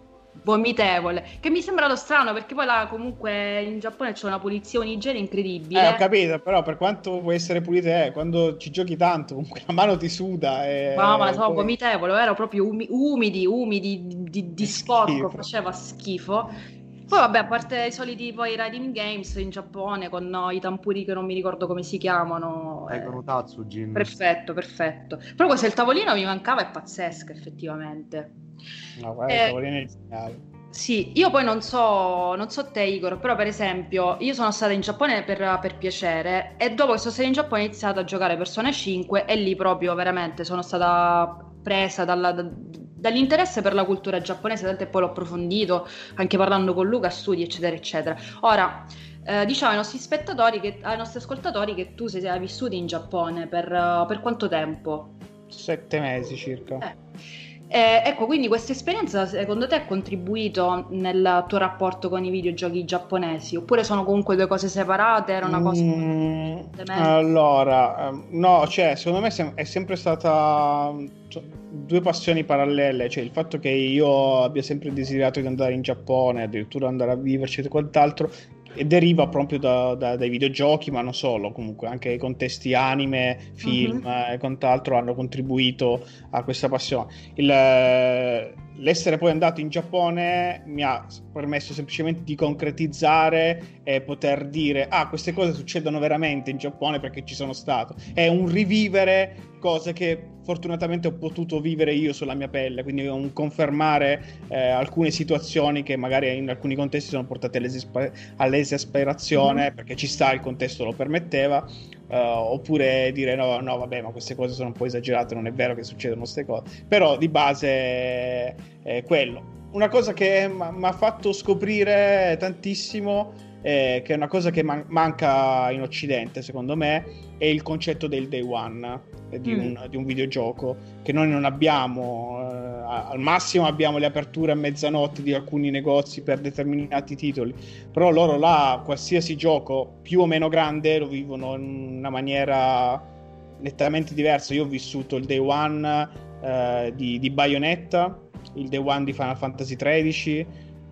Vomitevole, che mi è sembrato strano perché poi là comunque in Giappone c'è una pulizia, un'igiene Eh, ho incredibile. capito, però per quanto può essere pulita, eh, quando ci giochi tanto, comunque la mano ti suda Ma, ma e so, poi vomitevole, ero proprio umi- umidi, umidi, di, di- di che sporco, schifo. faceva schifo. Poi vabbè, a parte i soliti poi riding games in Giappone con no, i tampuri che non mi ricordo come si chiamano. Eh, con eh, Otatsujin. perfetto, perfetto. Però questo il tavolino mi mancava, è pazzesco effettivamente. No, guarda, il Eh, tavolino è geniale. sì, io poi non so, non so te Igor, però per esempio io sono stata in Giappone per, per piacere e dopo che sono stata in Giappone ho iniziato a giocare Persona cinque e lì proprio veramente sono stata presa dalla- da- dall'interesse per la cultura giapponese, tanto che poi l'ho approfondito anche parlando con Luca, studi eccetera eccetera. Ora, eh, diciamo ai nostri spettatori, che, ai nostri ascoltatori che tu sei, sei vissuto in Giappone per, eh, per quanto tempo? Sette mesi circa. Eh. Eh, ecco, quindi questa esperienza secondo te ha contribuito nel tuo rapporto con i videogiochi giapponesi? Oppure sono comunque due cose separate? Era una cosa Mm, completamente- allora, ehm, no, cioè, secondo me sem- è sempre stata cioè, due passioni parallele, cioè il fatto che io abbia sempre desiderato di andare in Giappone, addirittura andare a viverci e quant'altro, e deriva proprio da- da- dai videogiochi, ma non solo, comunque anche i contesti anime, film Mhm. eh, e quant'altro hanno contribuito a questa passione. Il, eh, l'essere poi andato in Giappone mi ha permesso semplicemente di concretizzare e poter dire: ah, queste cose succedono veramente in Giappone perché ci sono stato. È un rivivere cose che fortunatamente ho potuto vivere io sulla mia pelle, quindi un confermare eh, alcune situazioni che magari in alcuni contesti sono portate all'esasper- all'esasperazione, Mhm. perché ci sta, il contesto lo permetteva. Uh, oppure dire no, no, vabbè, ma queste cose sono un po' esagerate, non è vero che succedono queste cose, però di base è, è quello. Una cosa che mi ha fatto scoprire tantissimo, eh, che è una cosa che man- manca in Occidente, secondo me, è il concetto del day one eh, di, Mm. un, di un videogioco, che noi non abbiamo. eh, al massimo abbiamo le aperture a mezzanotte di alcuni negozi per determinati titoli, però loro là qualsiasi gioco più o meno grande lo vivono in una maniera nettamente diversa. Io ho vissuto il day one eh, di, di Bayonetta, il day one di Final Fantasy tredici,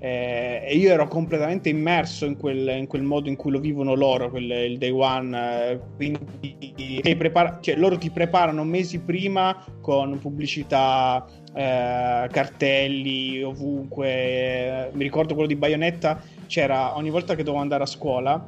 eh, e io ero completamente immerso in quel, in quel modo in cui lo vivono loro, quel, il day one, eh, quindi ti prepara- cioè, loro ti preparano mesi prima con pubblicità, eh, cartelli ovunque. Eh, mi ricordo quello di Bayonetta, c'era ogni volta che dovevo andare a scuola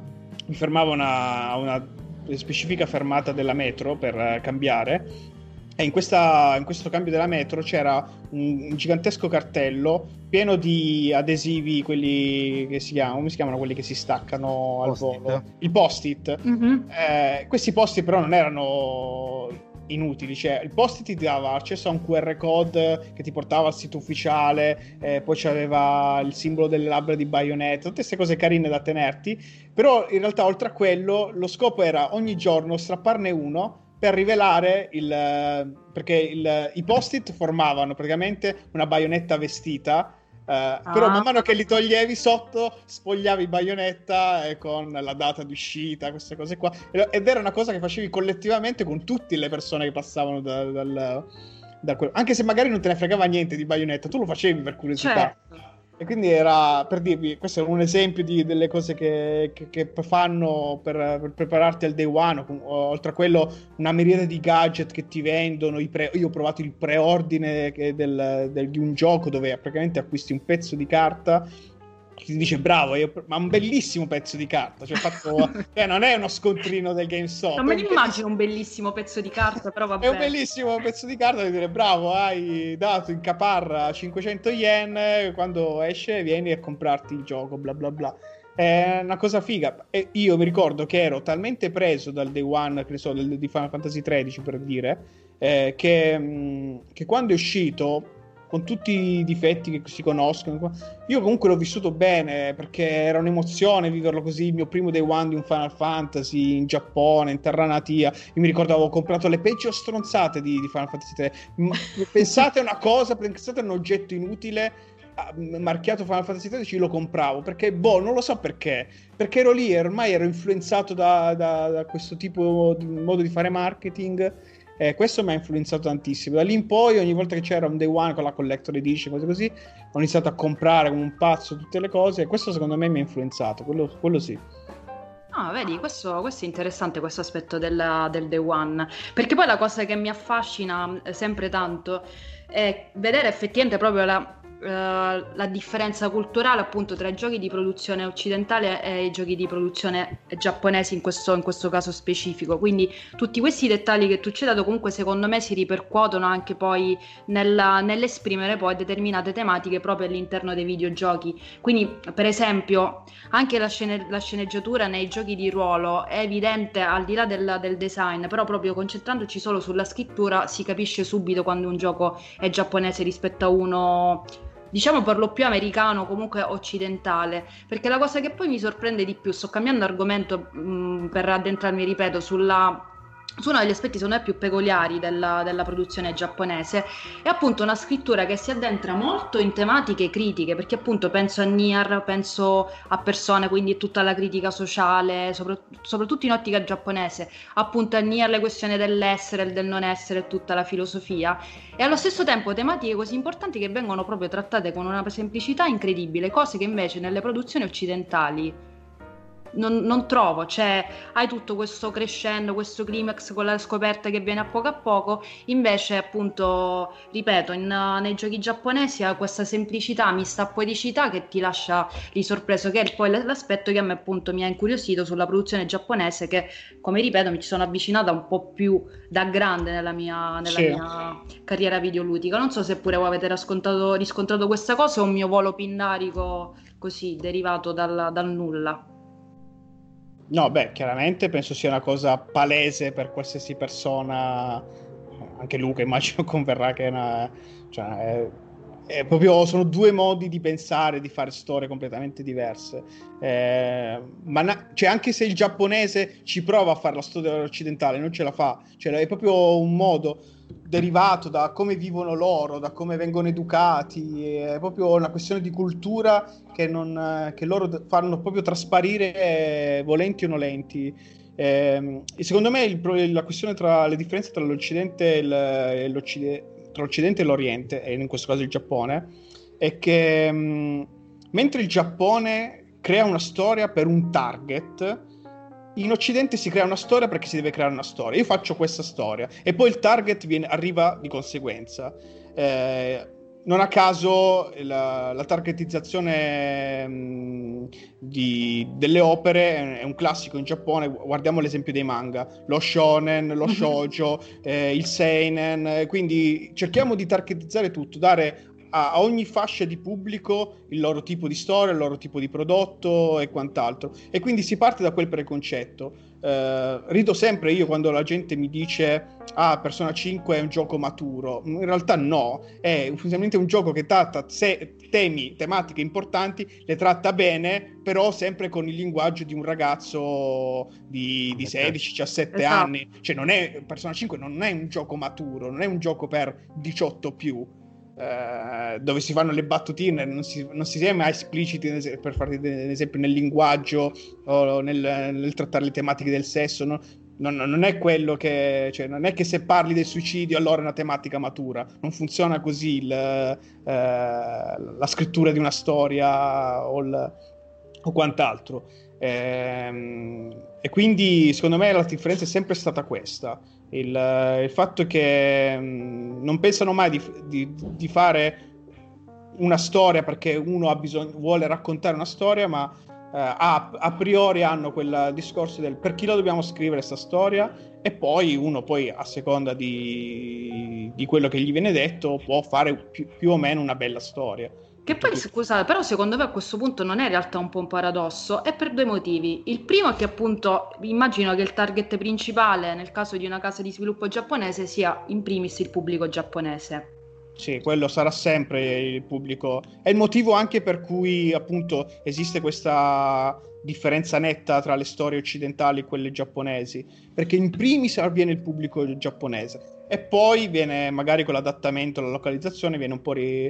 mi fermavo a una, una specifica fermata della metro per uh, cambiare. E in, questa, in questo cambio della metro c'era un, un gigantesco cartello pieno di adesivi, quelli che si chiamano, come si chiamano quelli che si staccano al Post-it. volo? Il post-it. Mhm. Eh, questi post-it però non erano inutili, cioè il post-it ti dava accesso a un Q R code che ti portava al sito ufficiale, eh, poi c'aveva il simbolo delle labbra di Bayonetta, tutte queste cose carine da tenerti, però in realtà oltre a quello lo scopo era ogni giorno strapparne uno per rivelare il perché il, i post-it formavano praticamente una Bayonetta vestita, eh, ah. però man mano che li toglievi sotto spogliavi Bayonetta eh, con la data di uscita, queste cose qua, ed era una cosa che facevi collettivamente con tutte le persone che passavano da, dal, da quel... anche se magari non te ne fregava niente di Bayonetta, tu lo facevi per curiosità. Certo. E quindi era, per dirvi, questo è un esempio di, delle cose che, che, che fanno per, per prepararti al day one, oltre a quello una miriade di gadget che ti vendono, i pre, io ho provato il preordine del, del, di un gioco dove praticamente acquisti un pezzo di carta, ti dice bravo, io, ma un bellissimo pezzo di carta, cioè, fatto, cioè non è uno scontrino del GameStop. Non me ne immagino un bellissimo pezzo di carta, però vabbè. È un bellissimo pezzo di carta da dire bravo, hai dato in caparra cinquecento yen, quando esce vieni a comprarti il gioco, bla bla bla. È una cosa figa. E io mi ricordo che ero talmente preso dal day one, che ne so, del, di Final Fantasy tredici per dire, eh, che, mh, che quando è uscito, con tutti i difetti che si conoscono, io comunque l'ho vissuto bene, perché era un'emozione viverlo così, il mio primo day one di un Final Fantasy in Giappone, in terra natia. Io mi ricordo avevo comprato le peggio stronzate di, di Final Fantasy tre. Pensate a una cosa, pensate a un oggetto inutile marchiato Final Fantasy tredici, lo compravo perché, boh, non lo so perché, perché ero lì, ormai ero influenzato da, da, da questo tipo di modo di fare marketing. Eh, questo mi ha influenzato tantissimo. Da lì in poi, ogni volta che c'era un day one con la collector edition, cose così, ho iniziato a comprare come un pazzo tutte le cose, e questo secondo me mi ha influenzato, quello, quello sì. Ah, vedi, questo, questo è interessante, questo aspetto della, del day one, perché poi la cosa che mi affascina sempre tanto è vedere effettivamente proprio la, uh, la differenza culturale appunto tra i giochi di produzione occidentale e i giochi di produzione giapponesi in questo, in questo caso specifico. Quindi tutti questi dettagli che tu ci hai dato comunque secondo me si ripercuotono anche poi nella, nell'esprimere poi determinate tematiche proprio all'interno dei videogiochi. Quindi per esempio anche la, scene, la sceneggiatura nei giochi di ruolo è evidente al di là del, del design, però proprio concentrandoci solo sulla scrittura si capisce subito quando un gioco è giapponese rispetto a uno diciamo per lo più americano, comunque occidentale. Perché la cosa che poi mi sorprende di più, sto cambiando argomento mh, per addentrarmi, ripeto, sulla su uno degli aspetti secondo me più peculiari della, della produzione giapponese, è appunto una scrittura che si addentra molto in tematiche critiche, perché appunto penso a Nier, penso a Persone, quindi tutta la critica sociale, sopra, soprattutto in ottica giapponese, appunto a Nier le questioni dell'essere, e del non essere, tutta la filosofia, e allo stesso tempo tematiche così importanti che vengono proprio trattate con una semplicità incredibile, cose che invece nelle produzioni occidentali Non, non trovo. Cioè hai tutto questo crescendo, questo climax con la scoperta che viene a poco a poco, invece appunto ripeto in, nei giochi giapponesi ha questa semplicità mista a poeticità che ti lascia lì sorpreso, che è poi l'aspetto che a me appunto mi ha incuriosito sulla produzione giapponese, che come ripeto mi ci sono avvicinata un po' più da grande nella mia, nella sì. mia carriera videoludica. Non so se pure voi avete riscontrato, riscontrato questa cosa o un mio volo pindarico così derivato dal, dal nulla. No, beh, chiaramente penso sia una cosa palese per qualsiasi persona, anche Luca immagino converrà che è una, cioè, è, è proprio, sono due modi di pensare, di fare storie completamente diverse. Eh, ma na- cioè, anche se il giapponese ci prova a fare la storia occidentale, non ce la fa, cioè è proprio un modo derivato da come vivono loro, da come vengono educati, è proprio una questione di cultura che, non, che loro fanno proprio trasparire eh, volenti o nolenti. Eh, e secondo me il, la questione tra le differenze tra l'Occidente e, il, e l'Occidente, tra l'Occidente e l'Oriente, e in questo caso il Giappone, è che mh, mentre il Giappone crea una storia per un target, in Occidente si crea una storia perché si deve creare una storia. Io faccio questa storia e poi il target viene, arriva di conseguenza. Eh, non a caso la, la targetizzazione mh, di, delle opere è un classico in Giappone. Guardiamo l'esempio dei manga, lo shonen, lo shoujo, eh, il seinen, quindi cerchiamo di targetizzare tutto, dare a, a ogni fascia di pubblico il loro tipo di storia, il loro tipo di prodotto e quant'altro, e quindi si parte da quel preconcetto. Uh, rido sempre io quando la gente mi dice ah, Persona cinque è un gioco maturo. In realtà no, è ufficialmente un gioco che tratta se- temi, tematiche importanti, le tratta bene, però sempre con il linguaggio di un ragazzo di, di sedici diciassette Esatto. anni. Cioè non è, Persona cinque non è un gioco maturo, non è un gioco per diciotto più, Uh, dove si fanno le battutine, non si, non si è mai espliciti, per farti un esempio, nel linguaggio o nel, nel trattare le tematiche del sesso, no? non, non è quello che, cioè, non è che se parli del suicidio allora è una tematica matura, non funziona così il, uh, la scrittura di una storia o, il, o quant'altro. Ehm, e quindi secondo me la differenza è sempre stata questa, il, il fatto che mh, non pensano mai di, di, di fare una storia perché uno ha bisogno, vuole raccontare una storia, ma eh, a, a priori hanno quel discorso del per chi la dobbiamo scrivere questa storia, e poi uno poi a seconda di, di quello che gli viene detto può fare più, più o meno una bella storia. Che poi, scusate, però secondo me a questo punto non è in realtà un po' un paradosso, è per due motivi. Il primo è che appunto immagino che il target principale nel caso di una casa di sviluppo giapponese sia in primis il pubblico giapponese. Sì, quello sarà sempre il pubblico. È il motivo anche per cui appunto esiste questa differenza netta tra le storie occidentali e quelle giapponesi, perché in primis avviene il pubblico giapponese e poi viene magari con l'adattamento, la localizzazione viene un po' ri,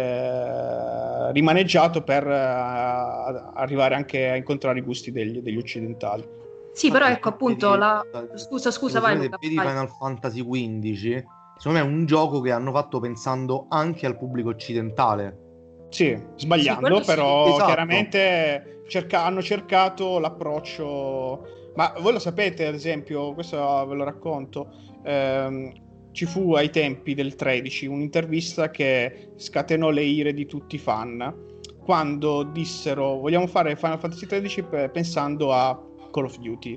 eh, rimaneggiato per eh, arrivare anche a incontrare i gusti degli, degli occidentali. Sì, però ecco appunto la... Scusa, scusa, vai Luca, vedi vai. Final Fantasy quindici, secondo me è un gioco che hanno fatto pensando anche al pubblico occidentale. Sì, sbagliando, sì, però sì. Esatto. Chiaramente cerca- hanno cercato l'approccio. Ma voi lo sapete, ad esempio, questo ve lo racconto, ehm, ci fu ai tempi del tredici un'intervista che scatenò le ire di tutti i fan quando dissero vogliamo fare Final Fantasy tredici pe- pensando a Call of Duty.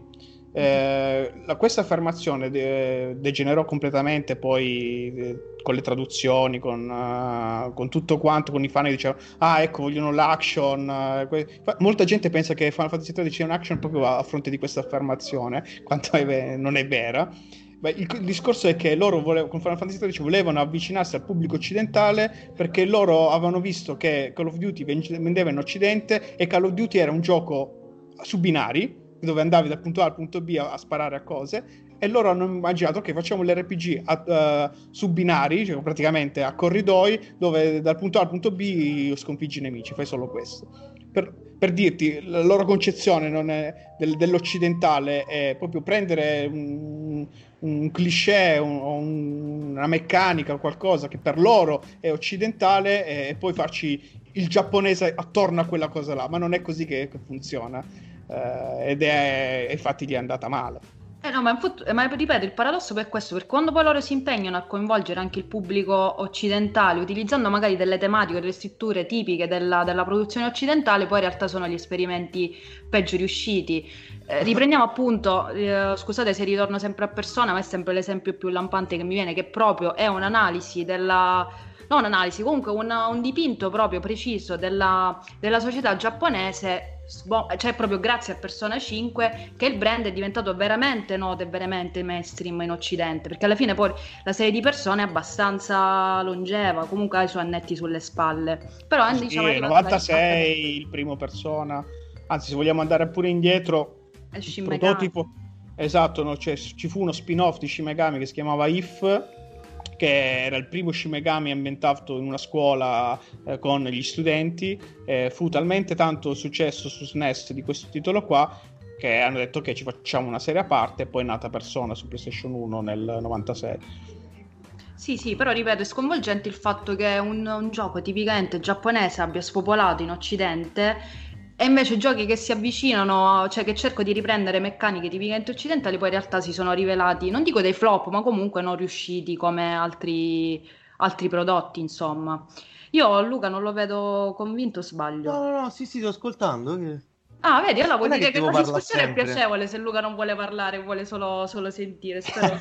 Eh, la, questa affermazione de- degenerò completamente poi eh, con le traduzioni, con, uh, con tutto quanto, con i fan che dicevano ah ecco vogliono l'action, uh, que- molta gente pensa che Final Fantasy tredici è un action proprio a, a fronte di questa affermazione, quanto è, non è vera. Beh, il, il discorso è che loro volev- con Final Fantasy tredici volevano avvicinarsi al pubblico occidentale perché loro avevano visto che Call of Duty vendeva in Occidente e Call of Duty era un gioco su binari dove andavi dal punto A al punto B a, a sparare a cose, e loro hanno immaginato che facciamo l'R P G a, uh, su binari, cioè praticamente a corridoi, dove dal punto A al punto B sconfiggi i nemici, fai solo questo. Per, per dirti, la loro concezione non è del, dell'occidentale è proprio prendere un, un cliché, un, un, una meccanica o qualcosa che per loro è occidentale e, e poi farci il giapponese attorno a quella cosa là, ma non è così che, che funziona. Uh, ed è infatti gli è andata male. Eh no, ma, infatti, ma ripeto, il paradosso è questo, perché quando poi loro si impegnano a coinvolgere anche il pubblico occidentale, utilizzando magari delle tematiche o delle strutture tipiche della, della produzione occidentale, poi in realtà sono gli esperimenti peggio riusciti. Eh, riprendiamo appunto, eh, scusate se ritorno sempre a Persona, ma è sempre l'esempio più lampante che mi viene, che proprio è un'analisi della... non un'analisi, comunque una, un dipinto proprio preciso della, della società giapponese. Cioè proprio grazie a Persona cinque che il brand è diventato veramente noto e veramente mainstream in Occidente, perché alla fine poi la serie di Persona è abbastanza longeva, comunque ha i suoi annetti sulle spalle, però sì, diciamo è novantasei il primo Persona, anzi se vogliamo andare pure indietro è il Shin Megami. prototipo esatto, no? Cioè, ci fu uno spin-off di Shin Megami che si chiamava If, che era il primo Shin Megami ambientato in una scuola eh, con gli studenti. Eh, fu talmente tanto successo su S N E S di questo titolo qua che hanno detto che ci facciamo una serie a parte, e poi è nata Persona su PlayStation uno nel novantasei. Sì, sì, però ripeto, è sconvolgente il fatto che un, un gioco tipicamente giapponese abbia spopolato in Occidente, e invece giochi che si avvicinano, cioè che cerco di riprendere meccaniche tipicamente occidentali, poi in realtà si sono rivelati, non dico dei flop, ma comunque non riusciti come altri, altri prodotti, insomma. Io Luca non lo vedo convinto, o sbaglio? No, no, no, sì, sì, sto ascoltando. Che... Ah, vedi, allora vuol Non è dire che che devo la parlare discussione è sempre. piacevole se Luca non vuole parlare, vuole solo, solo sentire. Spero,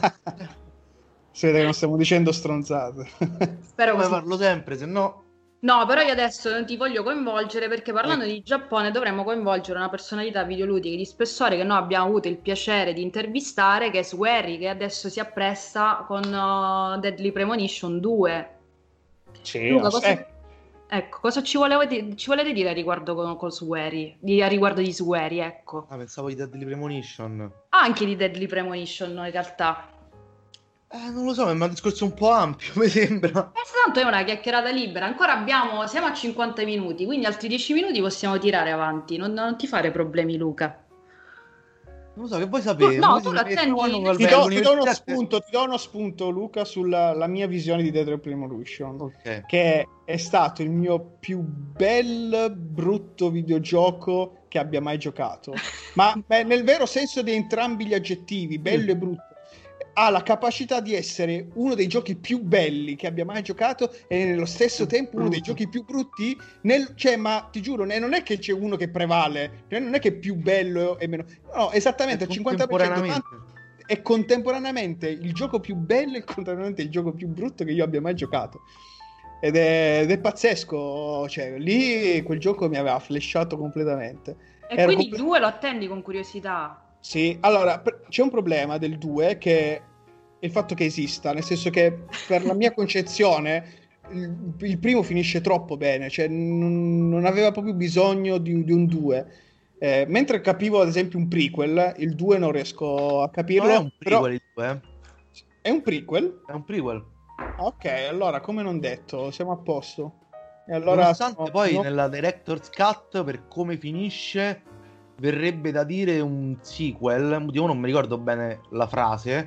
Si vede che non stiamo dicendo stronzate. spero Come così. parlo sempre, se no... No, però io adesso non ti voglio coinvolgere perché parlando Ecco. di Giappone dovremmo coinvolgere una personalità videoludica di spessore che noi abbiamo avuto il piacere di intervistare, che è Swery, che adesso si appresta con uh, Deadly Premonition due. Sì, Luca, no, cosa, eh, ecco, cosa ci, volevate, ci volete dire a riguardo con, con Swery? Di, a riguardo di Swery, ecco. Ah, pensavo di Deadly Premonition. Anche di Deadly Premonition, no, in realtà. Eh, non lo so, è un discorso un po' ampio, mi sembra. Eh, tanto è una chiacchierata libera, ancora abbiamo, siamo a cinquanta minuti, quindi altri dieci minuti possiamo tirare avanti, non, non ti fare problemi Luca. Non lo so, che vuoi Tu- sapere? no, Voi tu siete- lo attendi, quando nel ti, vabbè, do, ti do uno all'università- spunto, ti do uno spunto, Luca, sulla la mia visione di Deadly Premonition, Ok. che è stato il mio più bel brutto videogioco che abbia mai giocato, ma beh, nel vero senso di entrambi gli aggettivi, bello e brutto. Ha la capacità di essere uno dei giochi più belli che abbia mai giocato e nello stesso tempo uno dei giochi più brutti nel, cioè, ma ti giuro, ne- non è che c'è uno che prevale, cioè, non è che è più bello e meno, no, esattamente È al cinquanta per cento contemporaneamente. tanto- è contemporaneamente il gioco più bello e contemporaneamente il gioco più brutto che io abbia mai giocato. Ed è, ed è pazzesco, cioè lì quel gioco mi aveva flashato completamente. E Ero quindi il comple- due lo attendi con curiosità. Sì, allora per- c'è un problema del due che è il fatto che esista, nel senso che per la mia concezione il, il primo finisce troppo bene, cioè non, non aveva proprio bisogno di, di un due. Eh, mentre capivo ad esempio un prequel, il due non riesco a capirlo, Non è un però prequel il due, eh. è un prequel? È un prequel. Ok, allora come non detto, siamo a posto. E allora Nonostante sono- poi no- nella Director's Cut, per come finisce, verrebbe da dire un sequel. Io non mi ricordo bene la frase.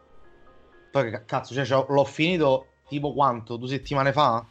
Poi che cazzo, cioè, c'ho- l'ho finito tipo quanto? Due settimane fa?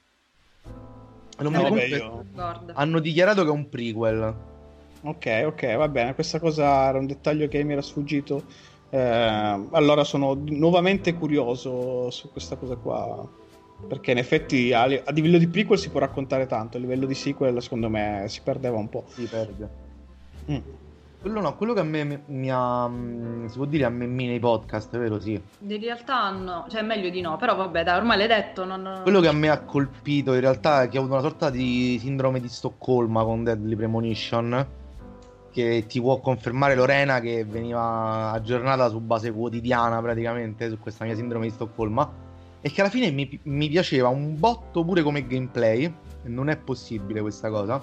E non Eh, mi vabbè, ricordo. io- Guarda. Hanno dichiarato che è un prequel. Ok, ok, va bene, questa cosa era un dettaglio che mi era sfuggito. Eh, allora sono nuovamente curioso su questa cosa qua, perché in effetti a, a livello di prequel si può raccontare tanto, a livello di sequel secondo me si perdeva un po'. Si perde. Mm. Quello no, quello che a me mi, mi ha... mm, si può dire a me nei podcast, vero? Sì. In realtà no, cioè meglio di no, però vabbè, dai, ormai l'hai detto, non... Quello che a me ha colpito in realtà è che ho avuto una sorta di sindrome di Stoccolma con Deadly Premonition, che ti può confermare Lorena, che veniva aggiornata su base quotidiana praticamente su questa mia sindrome di Stoccolma, e che alla fine mi, mi piaceva un botto pure come gameplay, e non è possibile questa cosa,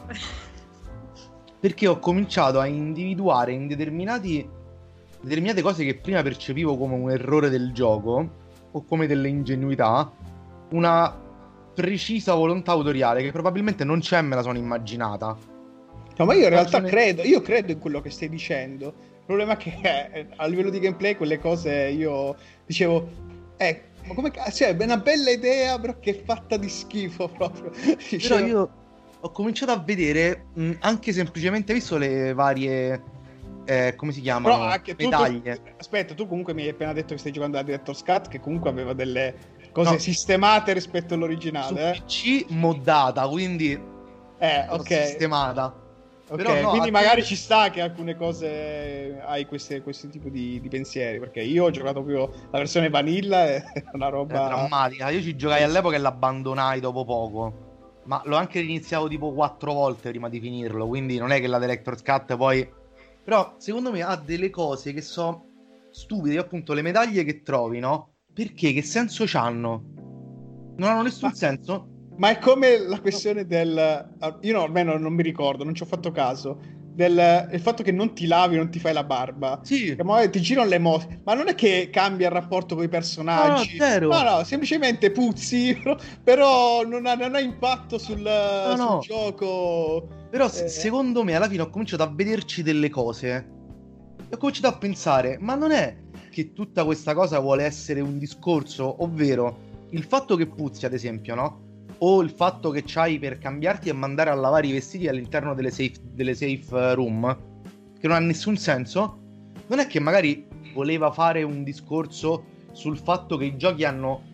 perché ho cominciato a individuare in determinati determinate cose che prima percepivo come un errore del gioco o come delle ingenuità, una precisa volontà autoriale che probabilmente non c'è, me la sono immaginata. No, ma io in realtà Ragione- credo, io credo in quello che stai dicendo. Il problema è che eh, a livello di gameplay quelle cose io dicevo, eh, ma come cazzo, cioè, è una bella idea, però che è fatta di schifo proprio. Però Dicevo, io ho cominciato a vedere mh, anche semplicemente visto le varie eh, come si chiamano, però anche tu, medaglie. tu- aspetta, tu comunque mi hai appena detto che stai giocando a Director's Cut, che comunque aveva delle cose No. sistemate rispetto Su all'originale. P C moddata, quindi Eh, eh l'ho ok. sistemata. Ok, Però no, quindi a- magari ci sta che alcune cose hai queste, questo tipo di, di pensieri, perché io ho giocato proprio la versione vanilla, è una È roba... drammatica. Io ci giocai all'epoca e l'abbandonai dopo poco. Ma l'ho anche riniziato tipo quattro volte prima di finirlo. Quindi non è che la Director's Cut poi. Però secondo me ha delle cose che sono stupide. Io, appunto, le medaglie che trovi, no? Perché? Che senso c'hanno? Non hanno nessun Ma- senso. Ma è come la questione del... Io no, almeno non mi ricordo, non ci ho fatto caso. Del il fatto che non ti lavi, non ti fai la barba. Sì. Che magari ti girano le mosse. Ma non è che cambia il rapporto con i personaggi. No, no, zero. No, no, semplicemente puzzi, però, però non, ha, non ha impatto sul, sul no. gioco. Però se- Eh. secondo me alla fine ho cominciato a vederci delle cose e ho cominciato a pensare, ma non è che tutta questa cosa vuole essere un discorso, ovvero il fatto che puzzi, ad esempio, no? O il fatto che c'hai per cambiarti e mandare a lavare i vestiti all'interno delle safe, delle safe room, che non ha nessun senso. Non è che magari voleva fare un discorso sul fatto che i giochi hanno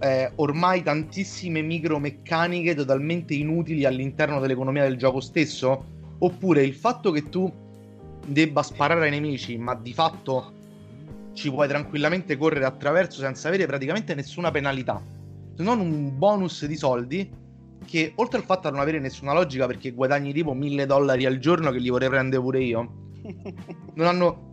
eh, ormai tantissime micromeccaniche totalmente inutili all'interno dell'economia del gioco stesso, oppure il fatto che tu debba sparare ai nemici ma di fatto ci puoi tranquillamente correre attraverso senza avere praticamente nessuna penalità, se non un bonus di soldi che, oltre al fatto di non avere nessuna logica perché guadagni tipo mille dollari al giorno che li vorrei prendere pure io, non hanno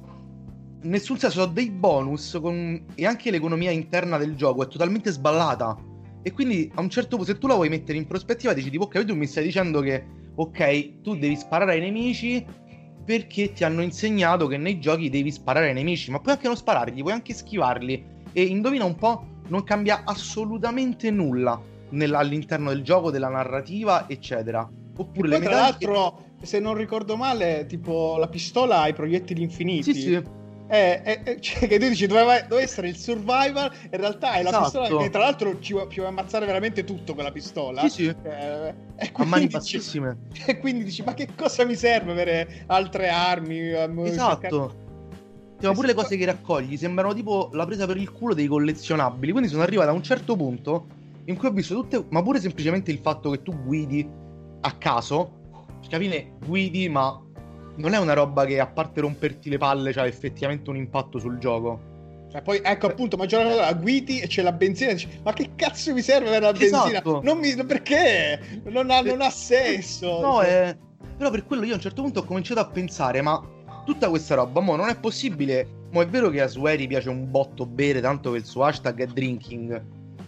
nessun senso. Sono dei bonus con... e anche l'economia interna del gioco è totalmente sballata, e quindi a un certo punto, se tu la vuoi mettere in prospettiva, dici tipo ok, tu mi stai dicendo che ok, tu devi sparare ai nemici perché ti hanno insegnato che nei giochi devi sparare ai nemici, ma puoi anche non sparargli, puoi anche schivarli, e indovina un po', non cambia assolutamente nulla nella, all'interno del gioco, della narrativa, eccetera. Oppure le tra meccaniche... l'altro, se non ricordo male, tipo la pistola ha i proiettili infiniti. Sì, sì. Eh, eh, cioè, che tu dici doveva, doveva essere il survival, in realtà è la Esatto. pistola che tra l'altro ci, ci vuoi ammazzare veramente tutto con la pistola. Sì, sì. Eh, e A mani dici, bassissime. e quindi dici, ma che cosa mi serve avere altre armi? Esatto. Cioè, pure le cose che raccogli sembrano tipo la presa per il culo dei collezionabili. Quindi sono arrivato a un certo punto in cui ho visto tutte, ma pure semplicemente il fatto che tu guidi a caso, perché alla fine guidi, ma non è una roba che, a parte romperti le palle, c'ha effettivamente un impatto sul gioco. Cioè, poi ecco appunto, maggior la guidi e c'è la benzina, dici, ma che cazzo mi serve avere la benzina? Esatto. Non mi, perché? Non ha, non ha senso. No, è... però per quello io a un certo punto ho cominciato a pensare, ma tutta questa roba, mo non è possibile. Mo è vero che a Sueri piace un botto bere, tanto che il suo hashtag è drinking,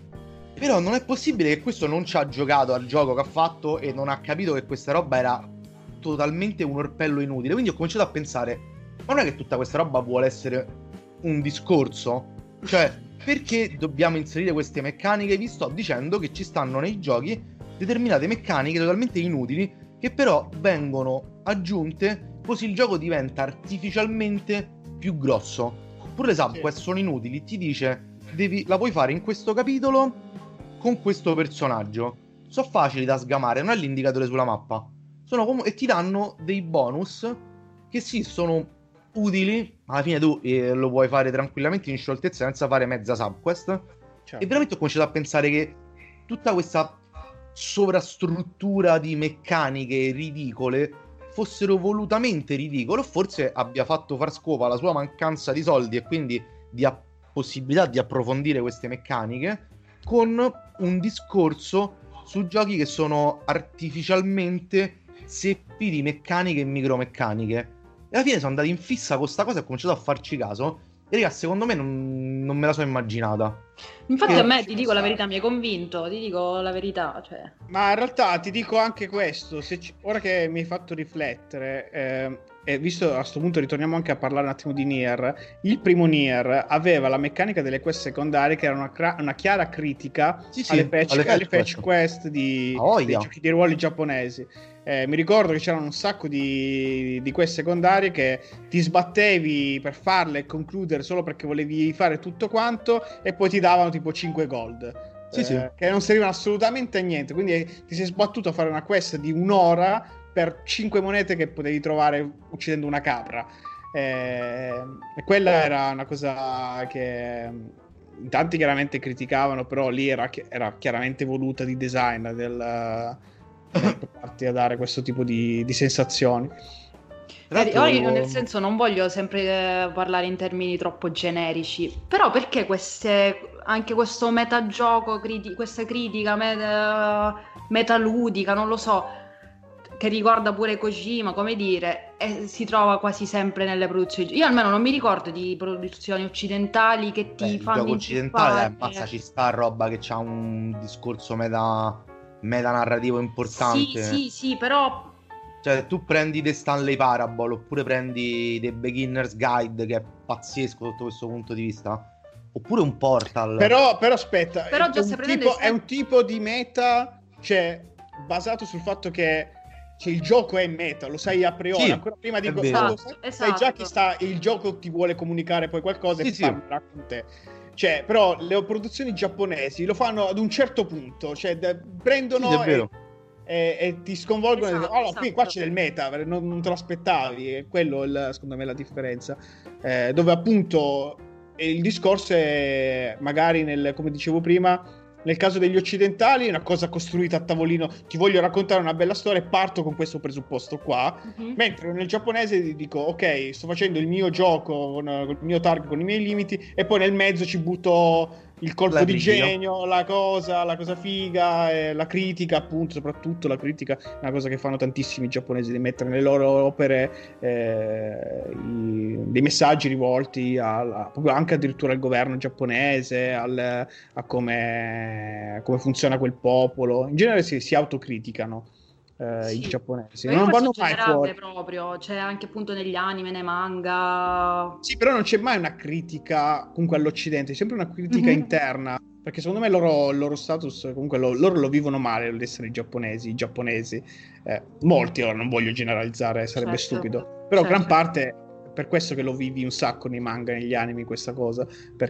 però non è possibile che questo non ci ha giocato al gioco che ha fatto e non ha capito che questa roba era totalmente un orpello inutile. Quindi ho cominciato a pensare, ma non è che tutta questa roba vuole essere un discorso? Cioè, perché dobbiamo inserire queste meccaniche? Vi sto dicendo che ci stanno nei giochi determinate meccaniche totalmente inutili che però vengono aggiunte, così il gioco diventa artificialmente più grosso. Pure le subquest sono inutili, ti dice devi, la puoi fare in questo capitolo con questo personaggio. Sono facili da sgamare, non è l'indicatore sulla mappa. Sono com- e ti danno dei bonus che sì, sono utili, ma alla fine tu eh, lo puoi fare tranquillamente in scioltezza senza fare mezza subquest. Certo. E veramente ho cominciato a pensare che tutta questa sovrastruttura di meccaniche ridicole fossero volutamente ridicole, o forse abbia fatto far scopa alla sua mancanza di soldi e quindi di a- possibilità di approfondire queste meccaniche con un discorso su giochi che sono artificialmente seppi di meccaniche e micromeccaniche. E alla fine sono andati in fissa con sta cosa e ho cominciato a farci caso. E raga, secondo me non, non me la so immaginata. Infatti che a me, ti dico la verità, mi hai convinto, ti dico la verità, cioè. Ma in realtà ti dico anche questo, se ci, ora che mi hai fatto riflettere, eh, e visto a questo punto ritorniamo anche a parlare un attimo di Nier, il primo Nier aveva la meccanica delle quest secondarie che era una, cra- una chiara critica sì, sì, alle, fetch, alle, alle fetch quest, quest di, oh, dei giochi di ruoli giapponesi. Eh, mi ricordo che c'erano un sacco di, di quest secondarie che ti sbattevi per farle e concludere solo perché volevi fare tutto quanto e poi ti davano tipo cinque gold. Sì, eh, sì. Che non servivano assolutamente a niente, quindi ti sei sbattuto a fare una quest di un'ora per cinque monete che potevi trovare uccidendo una capra, eh, e quella era una cosa che tanti chiaramente criticavano, però lì era, era chiaramente voluta di design del, per provarti a dare questo tipo di, di sensazioni. Ora io nel senso non voglio sempre parlare in termini troppo generici, però perché queste, anche questo metagioco, criti- questa critica meta, metaludica, non lo so, che ricorda pure Kojima, come dire, e si trova quasi sempre nelle produzioni. Io almeno non mi ricordo di produzioni occidentali che ti Beh, fanno il gioco occidentale, eh, mazza, ci sta roba che c'ha un discorso meta, meta narrativo importante. Sì, sì, sì, però... Cioè, tu prendi The Stanley Parable oppure prendi The Beginner's Guide, che è pazzesco sotto questo punto di vista, oppure un Portal. Però, però aspetta, però è, già un tipo, è un tipo di meta, cioè, basato sul fatto che cioè, il gioco è meta, lo sai a priori, sì, ancora prima di esatto, sai, esatto. sai già che sta, il gioco ti vuole comunicare poi qualcosa, sì, e sì, parlerà con te. Cioè, però le produzioni giapponesi lo fanno ad un certo punto, cioè de- prendono sì, è vero. E, e, e ti sconvolgono, esatto, e dicono, oh, no, esatto. qui qua c'è del meta, non, non te lo aspettavi, e quello è il, secondo me la differenza, eh, dove appunto il discorso è magari nel, come dicevo prima, nel caso degli occidentali è una cosa costruita a tavolino, ti voglio raccontare una bella storia e parto con questo presupposto qua, uh-huh. Mentre nel giapponese dico ok, sto facendo il mio gioco con, con il mio target, con i miei limiti, e poi nel mezzo ci butto il colpo la di critica. genio, la cosa, la cosa figa, eh, la critica, appunto, soprattutto la critica è una cosa che fanno tantissimi giapponesi, di mettere nelle loro opere eh, i, dei messaggi rivolti al, proprio anche addirittura al governo giapponese, al, a come, a come funziona quel popolo. In genere si, si autocriticano. Eh, sì. I giapponesi non vanno mai fuori proprio, c'è anche appunto negli anime, nei manga. Sì, però non c'è mai una critica comunque all'Occidente, è sempre una critica mm-hmm. interna, perché secondo me loro, il loro status comunque lo, loro lo vivono male l'essere i giapponesi, i giapponesi eh, molti, ora non voglio generalizzare, sarebbe certo. stupido, però certo. gran parte per questo che lo vivi un sacco nei manga, negli anime, questa cosa,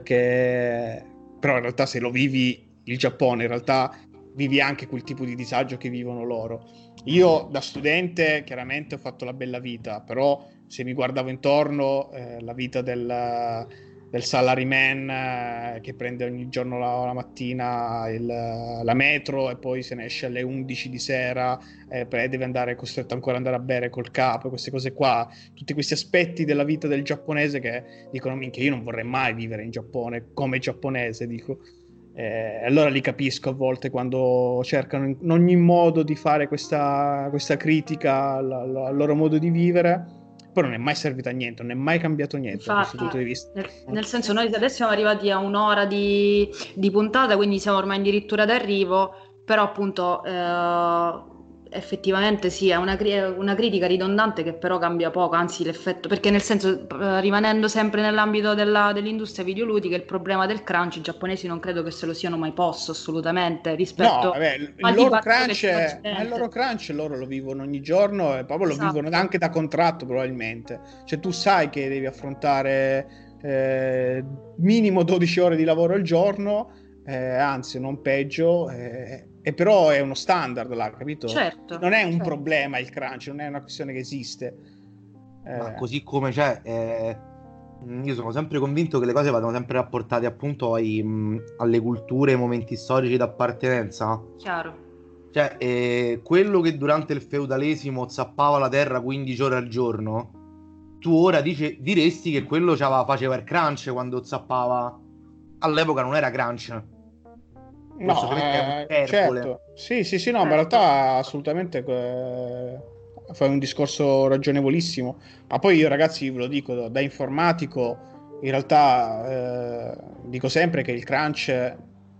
perché però in realtà se lo vivi il Giappone, in realtà vivi anche quel tipo di disagio che vivono loro. Io da studente chiaramente ho fatto la bella vita, però se mi guardavo intorno eh, la vita del, del salaryman eh, che prende ogni giorno la, la mattina il, la metro e poi se ne esce alle undici di sera e eh, deve andare, costretto ancora ad andare a bere col capo, queste cose qua, tutti questi aspetti della vita del giapponese che dicono minchia, io non vorrei mai vivere in Giappone come giapponese, dico. Eh, allora li capisco a volte quando cercano in ogni modo di fare questa, questa critica al, al loro modo di vivere, però non è mai servito a niente, non è mai cambiato niente. Infatti, da questo punto di vista. Nel, nel senso, noi adesso siamo arrivati a un'ora di, di puntata, quindi siamo ormai addirittura d'arrivo, però appunto eh, effettivamente sì, è una, una critica ridondante che però cambia poco, anzi l'effetto, perché nel senso, rimanendo sempre nell'ambito della, dell'industria videoludica, il problema del crunch i giapponesi non credo che se lo siano mai posto assolutamente rispetto no, vabbè, il loro crunch è, il loro crunch loro lo vivono ogni giorno e proprio esatto. lo vivono anche da contratto probabilmente, cioè tu sai che devi affrontare eh, minimo dodici ore di lavoro al giorno, eh, anzi non peggio, eh, e però è uno standard là, capito? Certo, non è un certo. problema il crunch, non è una questione che esiste. Eh... Ma così come c'è, eh, io sono sempre convinto che le cose vadano sempre rapportate appunto ai, mh, alle culture, ai momenti storici d'appartenenza. Chiaro. Cioè, eh, quello che durante il feudalesimo zappava la terra quindici ore al giorno, tu ora dice, diresti che quello faceva il crunch quando zappava. All'epoca non era crunch. No, eh, certo. Sì, sì, sì, no, certo. Ma in realtà assolutamente eh, fai un discorso ragionevolissimo. Ma poi io, ragazzi, ve lo dico, da informatico, in realtà eh, dico sempre che il crunch eh,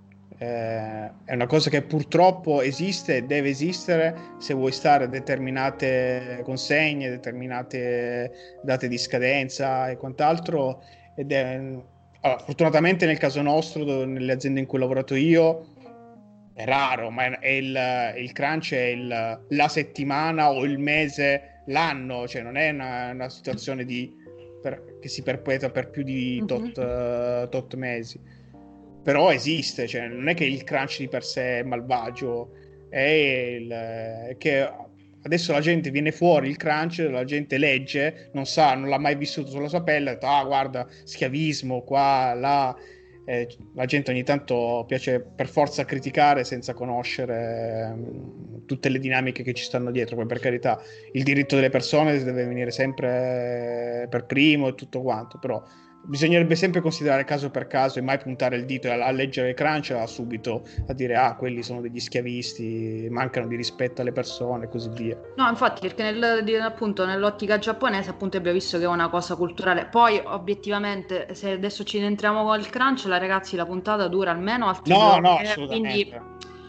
è una cosa che purtroppo esiste e deve esistere se vuoi stare a determinate consegne, determinate date di scadenza e quant'altro. Ed è... Allora, fortunatamente nel caso nostro, dove, nelle aziende in cui ho lavorato io, è raro, ma è il, il crunch è il, la settimana o il mese, l'anno, cioè non è una, una situazione di, per, che si perpetua per più di tot, uh, tot mesi. Però esiste, cioè non è che il crunch di per sé è malvagio, è, il, è che adesso la gente viene fuori il crunch, la gente legge, non sa, non l'ha mai vissuto sulla sua pelle, ha detto, ah guarda, schiavismo qua, là, eh, la gente ogni tanto piace per forza criticare senza conoscere eh, tutte le dinamiche che ci stanno dietro. Poi per carità il diritto delle persone deve venire sempre per primo e tutto quanto, però bisognerebbe sempre considerare caso per caso e mai puntare il dito a, a leggere il crunch a subito a dire ah quelli sono degli schiavisti, mancano di rispetto alle persone e così via. No, infatti, perché nel, appunto nell'ottica giapponese appunto abbiamo visto che è una cosa culturale. Poi obiettivamente se adesso ci entriamo con il crunch, la ragazzi la puntata dura almeno altri no, giorni, no, eh, assolutamente. quindi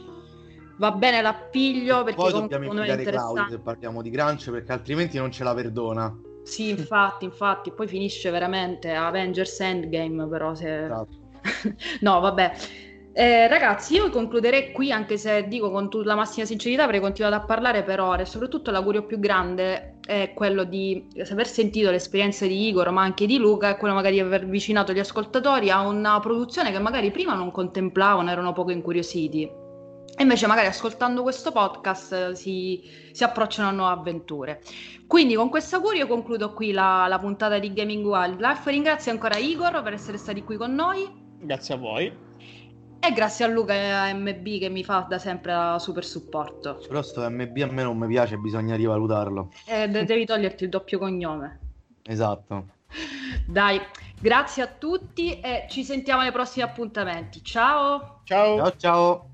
va bene l'appiglio perché poi comunque dobbiamo invitare Claudio se parliamo di crunch perché altrimenti non ce la perdona. Sì, infatti, infatti, poi finisce veramente Avengers Endgame, però se... Esatto. No, vabbè. Eh, ragazzi, io concluderei qui, anche se dico con tutta la massima sincerità, avrei continuato a parlare per ore. Soprattutto l'augurio più grande è quello di aver sentito l'esperienza di Igor, ma anche di Luca, e quello magari di aver avvicinato gli ascoltatori a una produzione che magari prima non contemplavano, erano poco incuriositi. E invece magari ascoltando questo podcast si, si approcciano a nuove avventure. Quindi con questo augurio concludo qui la, la puntata di Gaming Wildlife. Ringrazio ancora Igor per essere stati qui con noi. Grazie a voi. E grazie a Luca e a M B che mi fa da sempre da super supporto. Però sto M B a me non mi piace, bisogna rivalutarlo. E de- devi toglierti il doppio cognome. Esatto. Dai, grazie a tutti e ci sentiamo nei prossimi appuntamenti. Ciao! Ciao! Ciao ciao!